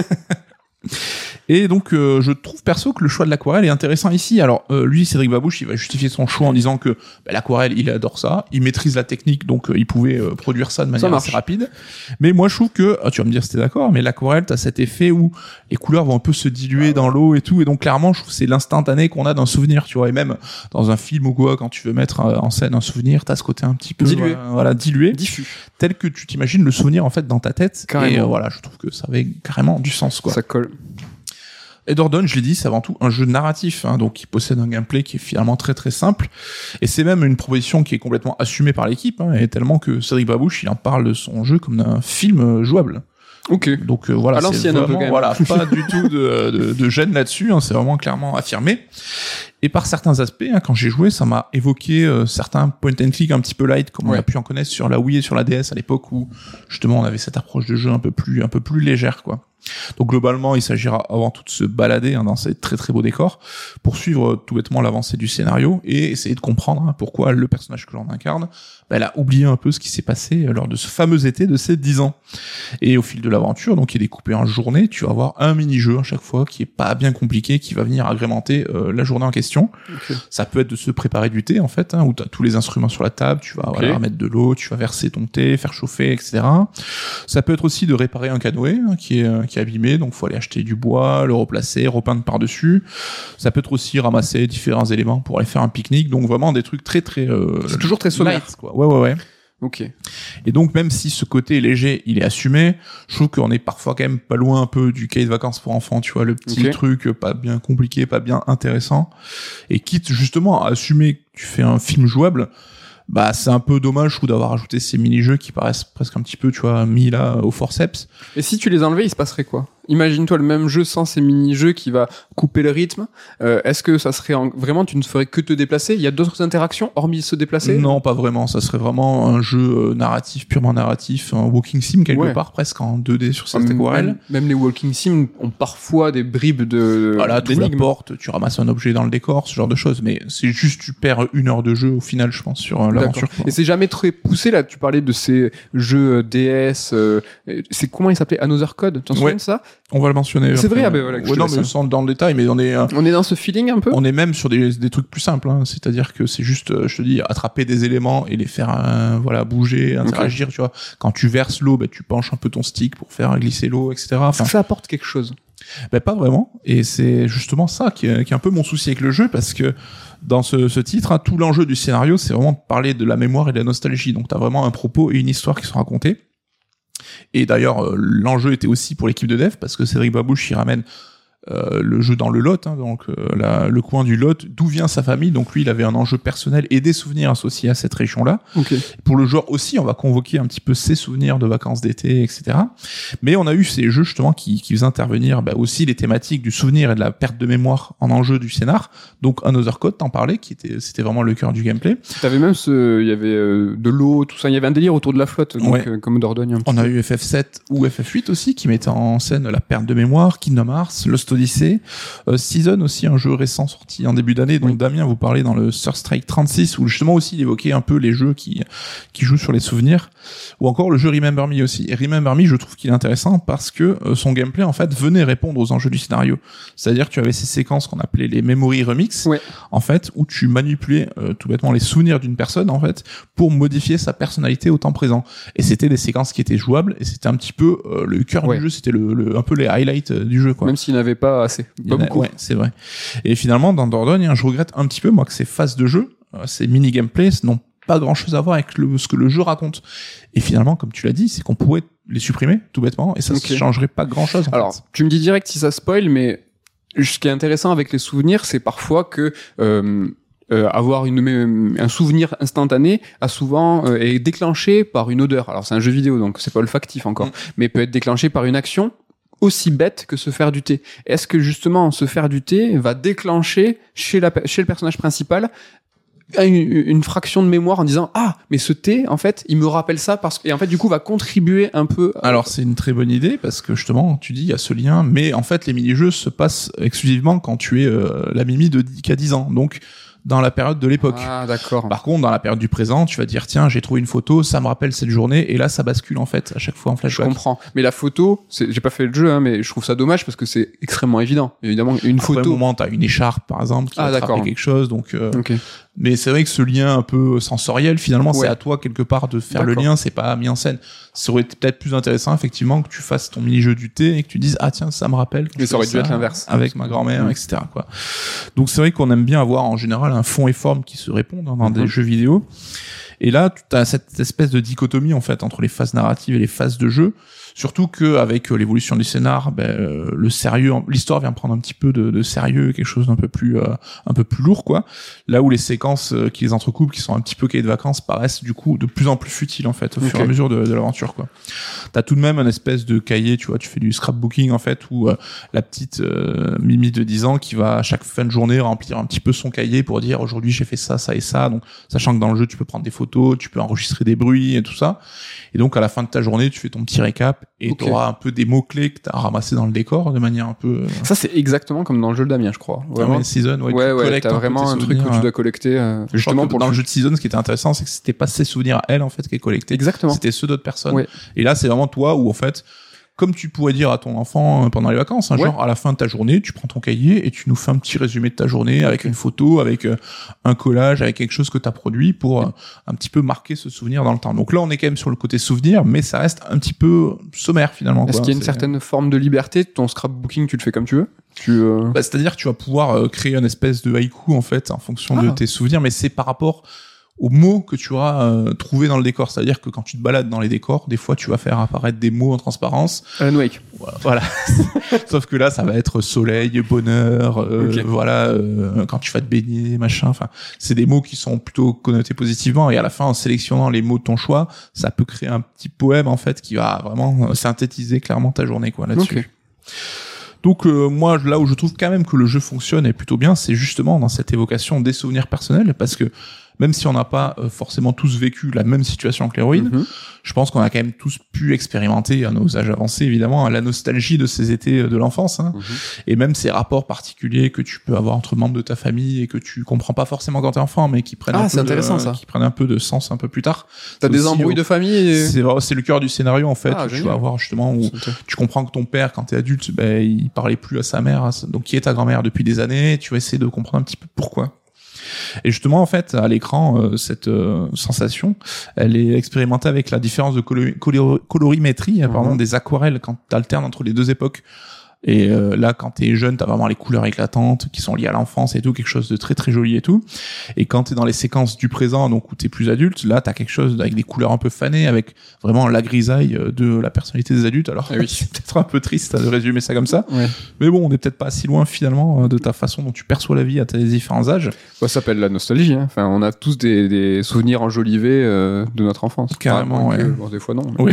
Et donc je trouve perso que le choix de l'aquarelle est intéressant ici. Alors lui, Cédric Babouche, il va justifier son choix en disant que l'aquarelle, il adore ça, il maîtrise la technique, donc il pouvait produire ça de manière assez rapide. Mais moi je trouve que, tu vas me dire si t'es d'accord, mais l'aquarelle, t'as cet effet où les couleurs vont un peu se diluer dans l'eau et tout, et donc clairement je trouve que c'est l'instantané qu'on a d'un souvenir, tu vois. Et même dans un film ou quoi, quand tu veux mettre en scène un souvenir, t'as ce côté un petit peu dilué, diffus, tel que tu t'imagines le souvenir en fait dans ta tête. Carrément. Et voilà, je trouve que ça avait carrément du sens quoi. Ça colle. Et Dordogne, je l'ai dit, c'est avant tout un jeu narratif, donc qui possède un gameplay qui est finalement très très simple. Et c'est même une proposition qui est complètement assumée par l'équipe, et tellement que Cédric Babouche, il en parle de son jeu comme d'un film jouable. Donc voilà, c'est vraiment pas du tout de gêne là-dessus, c'est vraiment clairement affirmé. Et par certains aspects, quand j'ai joué, ça m'a évoqué certains point and click un petit peu light, comme on a pu en connaître sur la Wii et sur la DS à l'époque, où justement on avait cette approche de jeu un peu plus légère quoi. Donc globalement, il s'agira avant tout de se balader dans ces très très beaux décors pour suivre tout bêtement l'avancée du scénario et essayer de comprendre pourquoi le personnage que l'on incarne, elle a oublié un peu ce qui s'est passé lors de ce fameux été de ses 10 ans. Et au fil de l'aventure, donc qui est découpé en journées, tu vas avoir un mini-jeu à chaque fois qui est pas bien compliqué, qui va venir agrémenter la journée en question. question. Ça peut être de se préparer du thé en fait, où t'as tous les instruments sur la table, tu vas mettre de l'eau, tu vas verser ton thé, faire chauffer, etc. Ça peut être aussi de réparer un canoë qui est abîmé, donc faut aller acheter du bois, le replacer, repeindre par-dessus. Ça peut être aussi ramasser différents éléments pour aller faire un pique-nique, donc vraiment des trucs très c'est toujours très sommaire, quoi. Ouais. Ok. Et donc, même si ce côté léger, il est assumé, je trouve qu'on est parfois quand même pas loin un peu du cahier de vacances pour enfants, tu vois, le petit truc pas bien compliqué, pas bien intéressant. Et quitte justement à assumer que tu fais un film jouable, bah, c'est un peu dommage, je trouve, d'avoir ajouté ces mini-jeux qui paraissent presque un petit peu, tu vois, mis là, au forceps. Et si tu les enlevais, il se passerait quoi? Imagine-toi le même jeu sans ces mini-jeux qui va couper le rythme. Est-ce que ça serait vraiment, tu ne ferais que te déplacer? Il y a d'autres interactions hormis se déplacer? Non, pas vraiment. Ça serait vraiment un jeu narratif, purement narratif, un walking sim quelque part, presque en 2D sur cette aquarelle. Même les walking sim ont parfois des bribes de voilà, tu ouvres la porte, tu ramasses un objet dans le décor, ce genre de choses. Mais c'est juste, tu perds 1 heure de jeu au final, je pense, sur l'aventure. Et c'est jamais très poussé, là. Tu parlais de ces jeux DS, c'est comment il s'appelait? Another Code. Tu t'en souviens de ça? On va le mentionner. C'est vrai, voilà. Non, mais sans dans le détail, mais on est dans ce feeling un peu. On est même sur des trucs plus simples, c'est-à-dire que c'est juste, je te dis, attraper des éléments et les faire, bouger, interagir, tu vois. Quand tu verses l'eau, tu penches un peu ton stick pour faire glisser l'eau, etc. Enfin, ça apporte quelque chose. Pas vraiment. Et c'est justement ça qui est un peu mon souci avec le jeu, parce que dans ce titre, tout l'enjeu du scénario, c'est vraiment de parler de la mémoire et de la nostalgie. Donc t'as vraiment un propos et une histoire qui sont racontés. Et d'ailleurs, l'enjeu était aussi pour l'équipe de dev, parce que Cédric Babouche, il ramène le jeu dans le Lot, donc le coin du Lot, d'où vient sa famille. Donc lui, il avait un enjeu personnel et des souvenirs associés à cette région-là. Pour le joueur aussi, on va convoquer un petit peu ses souvenirs de vacances d'été, etc. Mais on a eu ces jeux justement qui faisaient intervenir aussi les thématiques du souvenir et de la perte de mémoire en enjeu du scénar. Donc Another Code, t'en parlais, c'était vraiment le cœur du gameplay. T'avais même il y avait de l'eau, tout ça. Il y avait un délire autour de la flotte, donc comme Dordogne. On a eu FF7 ou FF8 aussi qui mettaient en scène la perte de mémoire, Kingdom Hearts, Lost Odyssey, Season aussi, un jeu récent sorti en début d'année dont Damien vous parlait dans le Third Strike 36, où justement aussi il évoquait un peu les jeux qui jouent sur les souvenirs, ou encore le jeu Remember Me aussi. Et Remember Me, je trouve qu'il est intéressant parce que son gameplay en fait venait répondre aux enjeux du scénario. C'est-à-dire que tu avais ces séquences qu'on appelait les Memory Remix, en fait, où tu manipulais tout bêtement les souvenirs d'une personne en fait pour modifier sa personnalité au temps présent. Et c'était des séquences qui étaient jouables, et c'était un petit peu le cœur du jeu, c'était un peu les highlights du jeu, quoi. Même s'il n'avait pas assez, pas beaucoup. Ouais, c'est vrai. Et finalement, dans Dordogne, je regrette un petit peu, moi, que ces phases de jeu, ces mini-gameplays, n'ont pas grand-chose à voir avec ce que le jeu raconte. Et finalement, comme tu l'as dit, c'est qu'on pourrait les supprimer, tout bêtement, et ça ne changerait pas grand-chose. Alors, tu me dis direct si ça spoil, mais ce qui est intéressant avec les souvenirs, c'est parfois que avoir un souvenir instantané est déclenché par une odeur. Alors c'est un jeu vidéo, donc c'est pas olfactif encore, mais peut être déclenché par une action aussi bête que se faire du thé. Est-ce que justement se faire du thé va déclencher chez le personnage principal une fraction de mémoire en disant mais ce thé en fait il me rappelle ça et en fait du coup va contribuer un peu Alors c'est une très bonne idée, parce que justement tu dis il y a ce lien, mais en fait les mini-jeux se passent exclusivement quand tu es la Mimi qui a 10 ans, donc dans la période de l'époque. Ah, d'accord. Par contre, dans la période du présent, tu vas dire, tiens, j'ai trouvé une photo, ça me rappelle cette journée, et là, ça bascule, en fait, à chaque fois en flashback. Je comprends. Mais la photo, j'ai pas fait le jeu, mais je trouve ça dommage parce que c'est extrêmement évident. Évidemment, une photo. À un moment, t'as une écharpe, par exemple, qui va te rappeler quelque chose, donc, Mais c'est vrai que ce lien un peu sensoriel, finalement, c'est à toi, quelque part, de faire le lien, c'est pas mis en scène. Ça aurait été peut-être plus intéressant, effectivement, que tu fasses ton mini-jeu du thé et que tu dises, tiens, ça me rappelle. Mais ça aurait dû être l'inverse. Avec ma grand-mère, etc., quoi. Donc, c'est vrai qu'on aime bien avoir, en général, un fond et forme qui se répondent dans des jeux vidéo. Et là, tu as cette espèce de dichotomie, en fait, entre les phases narratives et les phases de jeu. Surtout qu'avec l'évolution du scénar, le sérieux, l'histoire vient prendre un petit peu de sérieux, quelque chose d'un peu plus lourd, quoi. Là où les séquences qui les entrecoupent, qui sont un petit peu cahiers de vacances, paraissent du coup de plus en plus futiles, en fait, au fur et à mesure de l'aventure, quoi. T'as tout de même un espèce de cahier, tu vois, tu fais du scrapbooking, en fait, où la petite Mimi de 10 ans qui va à chaque fin de journée remplir un petit peu son cahier pour dire aujourd'hui j'ai fait ça, ça et ça. Donc, sachant que dans le jeu, tu peux prendre des photos, tu peux enregistrer des bruits et tout ça. Et donc, à la fin de ta journée, tu fais ton petit récap et tu auras un peu des mots-clés que tu as ramassés dans le décor de manière un peu... Ça, c'est exactement comme dans le jeu de Damien, je crois. Vraiment. Season, tu collectes t'as vraiment un truc que tu dois collecter. Justement, dans le jeu de Season, ce qui était intéressant, c'est que c'était pas ses souvenirs à elle, en fait, qui est collecté. Exactement. C'était ceux d'autres personnes. Ouais. Et là, c'est vraiment toi où, en fait, comme tu pourrais dire à ton enfant pendant les vacances, genre à la fin de ta journée, tu prends ton cahier et tu nous fais un petit résumé de ta journée avec une photo, avec un collage, avec quelque chose que tu as produit pour un petit peu marquer ce souvenir dans le temps. Donc là, on est quand même sur le côté souvenir, mais ça reste un petit peu sommaire finalement. Est-ce qu'il y a une certaine forme de liberté? Ton scrapbooking, tu le fais comme tu veux? C'est-à-dire que tu vas pouvoir créer une espèce de haïku en fait en fonction de tes souvenirs, mais c'est par rapport aux mots que tu auras trouvé dans le décor. C'est-à-dire que quand tu te balades dans les décors, des fois tu vas faire apparaître des mots en transparence. Alan Wake. Voilà. Sauf que là, ça va être soleil, bonheur, quand tu vas te baigner, machin. Enfin, c'est des mots qui sont plutôt connotés positivement. Et à la fin, en sélectionnant les mots de ton choix, ça peut créer un petit poème en fait qui va vraiment synthétiser clairement ta journée quoi là-dessus. Okay. Donc moi, là où je trouve quand même que le jeu fonctionne et plutôt bien, c'est justement dans cette évocation des souvenirs personnels, parce que même si on n'a pas forcément tous vécu la même situation que l'héroïne, je pense qu'on a quand même tous pu expérimenter à nos âges avancés, évidemment, la nostalgie de ces étés de l'enfance, et même ces rapports particuliers que tu peux avoir entre membres de ta famille et que tu comprends pas forcément quand t'es enfant, mais qui prennent qui prennent un peu de sens un peu plus tard. T'as des embrouilles de famille c'est le cœur du scénario en fait, où tu vas avoir justement où tu comprends que ton père, quand t'es adulte, il parlait plus à sa mère, donc qui est ta grand-mère depuis des années, tu vas essayer de comprendre un petit peu pourquoi. Et justement, en fait, à l'écran, cette sensation, elle est expérimentée avec la différence de colorimétrie, des aquarelles quand t'alternes entre les deux époques. Et là, quand t'es jeune, t'as vraiment les couleurs éclatantes qui sont liées à l'enfance et tout, quelque chose de très très joli et tout. Et quand t'es dans les séquences du présent, donc où t'es plus adulte, là t'as quelque chose avec des couleurs un peu fanées, avec vraiment la grisaille de la personnalité des adultes. Alors c'est peut-être un peu triste de résumer ça comme ça, mais bon, on est peut-être pas si loin finalement de ta façon dont tu perçois la vie à tes différents âges. Ça s'appelle la nostalgie. Enfin, on a tous des souvenirs enjolivés de notre enfance. Carrément. Bon, des fois non. Oui.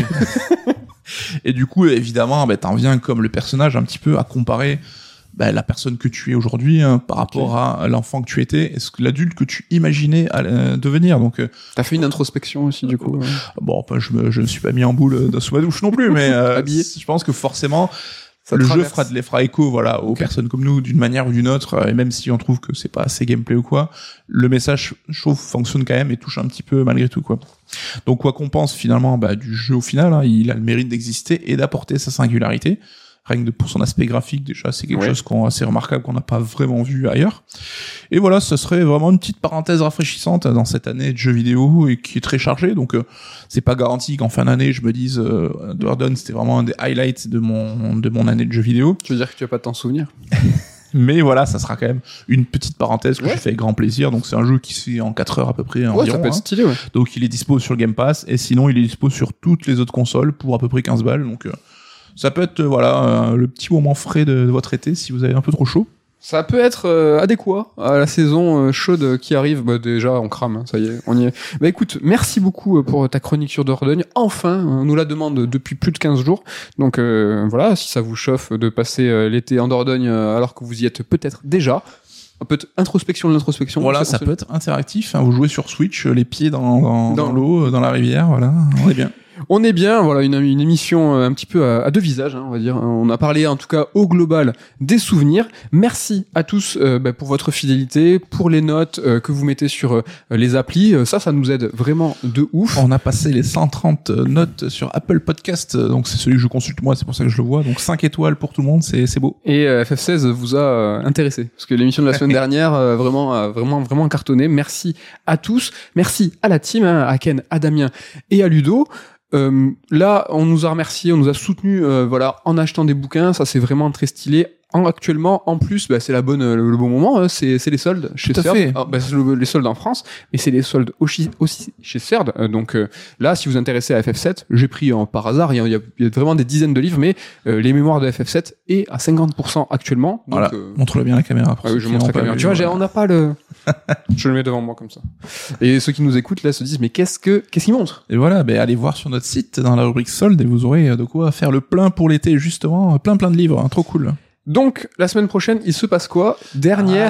Et du coup, évidemment, t'en viens comme le personnage un petit peu à comparer la personne que tu es aujourd'hui par rapport à l'enfant que tu étais, est-ce que l'adulte que tu imaginais devenir. Donc t'as fait une introspection aussi du coup. Bon, je me suis pas mis en boule sous ma douche non plus, mais je pense que forcément le jeu fera écho aux personnes comme nous d'une manière ou d'une autre, et même si on trouve que c'est pas assez gameplay ou quoi, le message je trouve fonctionne quand même et touche un petit peu malgré tout quoi. Donc quoi qu'on pense finalement du jeu au final, il a le mérite d'exister et d'apporter sa singularité. Rien que pour son aspect graphique, déjà, c'est quelque chose assez remarquable qu'on n'a pas vraiment vu ailleurs. Et voilà, ce serait vraiment une petite parenthèse rafraîchissante dans cette année de jeux vidéo et qui est très chargée. Donc, c'est pas garanti qu'en fin d'année, je me dise, Dawn, c'était vraiment un des highlights de mon année de jeux vidéo. Tu veux dire que tu vas pas t'en souvenir? Mais voilà, ça sera quand même une petite parenthèse que j'ai fait avec grand plaisir. Donc, c'est un jeu qui se fait en 4 heures à peu près environ. Ça peut être stylé, Donc, il est dispo sur le Game Pass et sinon, il est dispo sur toutes les autres consoles pour à peu près 15 balles. Donc, ça peut être le petit moment frais de votre été si vous avez un peu trop chaud. Ça peut être adéquat à la saison chaude qui arrive. Déjà, on crame, ça y est, on y est. Écoute, merci beaucoup pour ta chronique sur Dordogne. Enfin, on nous la demande depuis plus de 15 jours. Donc voilà, si ça vous chauffe de passer l'été en Dordogne alors que vous y êtes peut-être déjà. Un peu introspection de l'introspection. Voilà, ça peut être interactif. Vous jouez sur Switch, les pieds dans l'eau, dans la rivière. Voilà, on est bien. On est bien, voilà, une émission un petit peu à deux visages, on va dire. On a parlé en tout cas au global des souvenirs. Merci à tous pour votre fidélité, pour les notes que vous mettez sur les applis. Ça nous aide vraiment de ouf. On a passé les 130 notes sur Apple Podcast, donc c'est celui que je consulte moi, c'est pour ça que je le vois. Donc 5 étoiles pour tout le monde, c'est beau. Et FF16 vous a intéressé, parce que l'émission de la semaine dernière vraiment cartonné. Merci à tous, merci à la team, à Ken, à Damien et à Ludo. Là, on nous a remercié, on nous a soutenu, en achetant des bouquins. Ça, c'est vraiment très stylé. Actuellement, en plus, c'est le bon moment. C'est les soldes chez Third. C'est les soldes en France, mais c'est les soldes aussi chez Third. Donc là, si vous vous intéressez à FF7, j'ai pris par hasard. Il y a vraiment des dizaines de livres, mais les mémoires de FF7 est à 50% actuellement. Donc, voilà. Montre-le bien à la caméra. Je montre la caméra. Tu vois, on n'a pas le. Je le mets devant moi comme ça. Et ceux qui nous écoutent là se disent mais qu'est-ce qu'ils montrent? Et voilà, allez voir sur notre site dans la rubrique soldes et vous aurez de quoi faire le plein pour l'été justement, plein de livres, trop cool. Donc la semaine prochaine, il se passe quoi? Dernière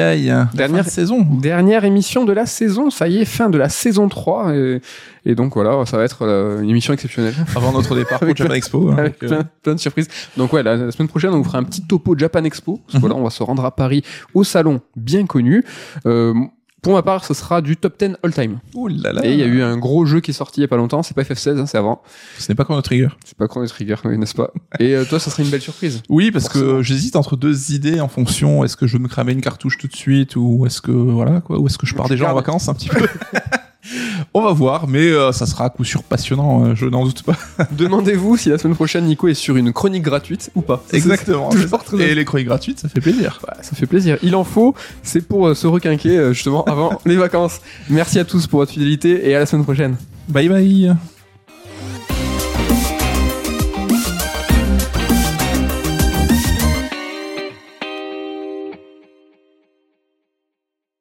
saison. Dernière émission de la saison, ça y est, fin de la saison 3 et donc voilà, ça va être une émission exceptionnelle. Avant notre départ pour Japan Expo. Avec plein de surprises. Donc ouais, la semaine prochaine, on vous fera un petit topo Japan Expo. Parce que là, on va se rendre à Paris au salon bien connu. Pour ma part, ce sera du top 10 all-time. Ouh là là. Et il y a eu un gros jeu qui est sorti il y a pas longtemps, c'est pas FF16, hein, c'est avant. Ce n'est pas Chrono Trigger. C'est pas Chrono Trigger, oui, n'est-ce pas? Et toi, ça serait une belle surprise. Oui, parce que j'hésite entre deux idées en fonction, est-ce que je veux me cramer une cartouche tout de suite, ou est-ce que, voilà, quoi, ou est-ce que je pars déjà en vacances un petit peu? On va voir, mais ça sera à coup sûr passionnant, je n'en doute pas. Demandez-vous si la semaine prochaine Nico est sur une chronique gratuite ou pas. Exactement. Et les chroniques gratuites, ça fait plaisir. Ouais, ça fait plaisir. Il en faut, c'est pour se requinquer justement avant les vacances. Merci à tous pour votre fidélité et à la semaine prochaine. Bye bye.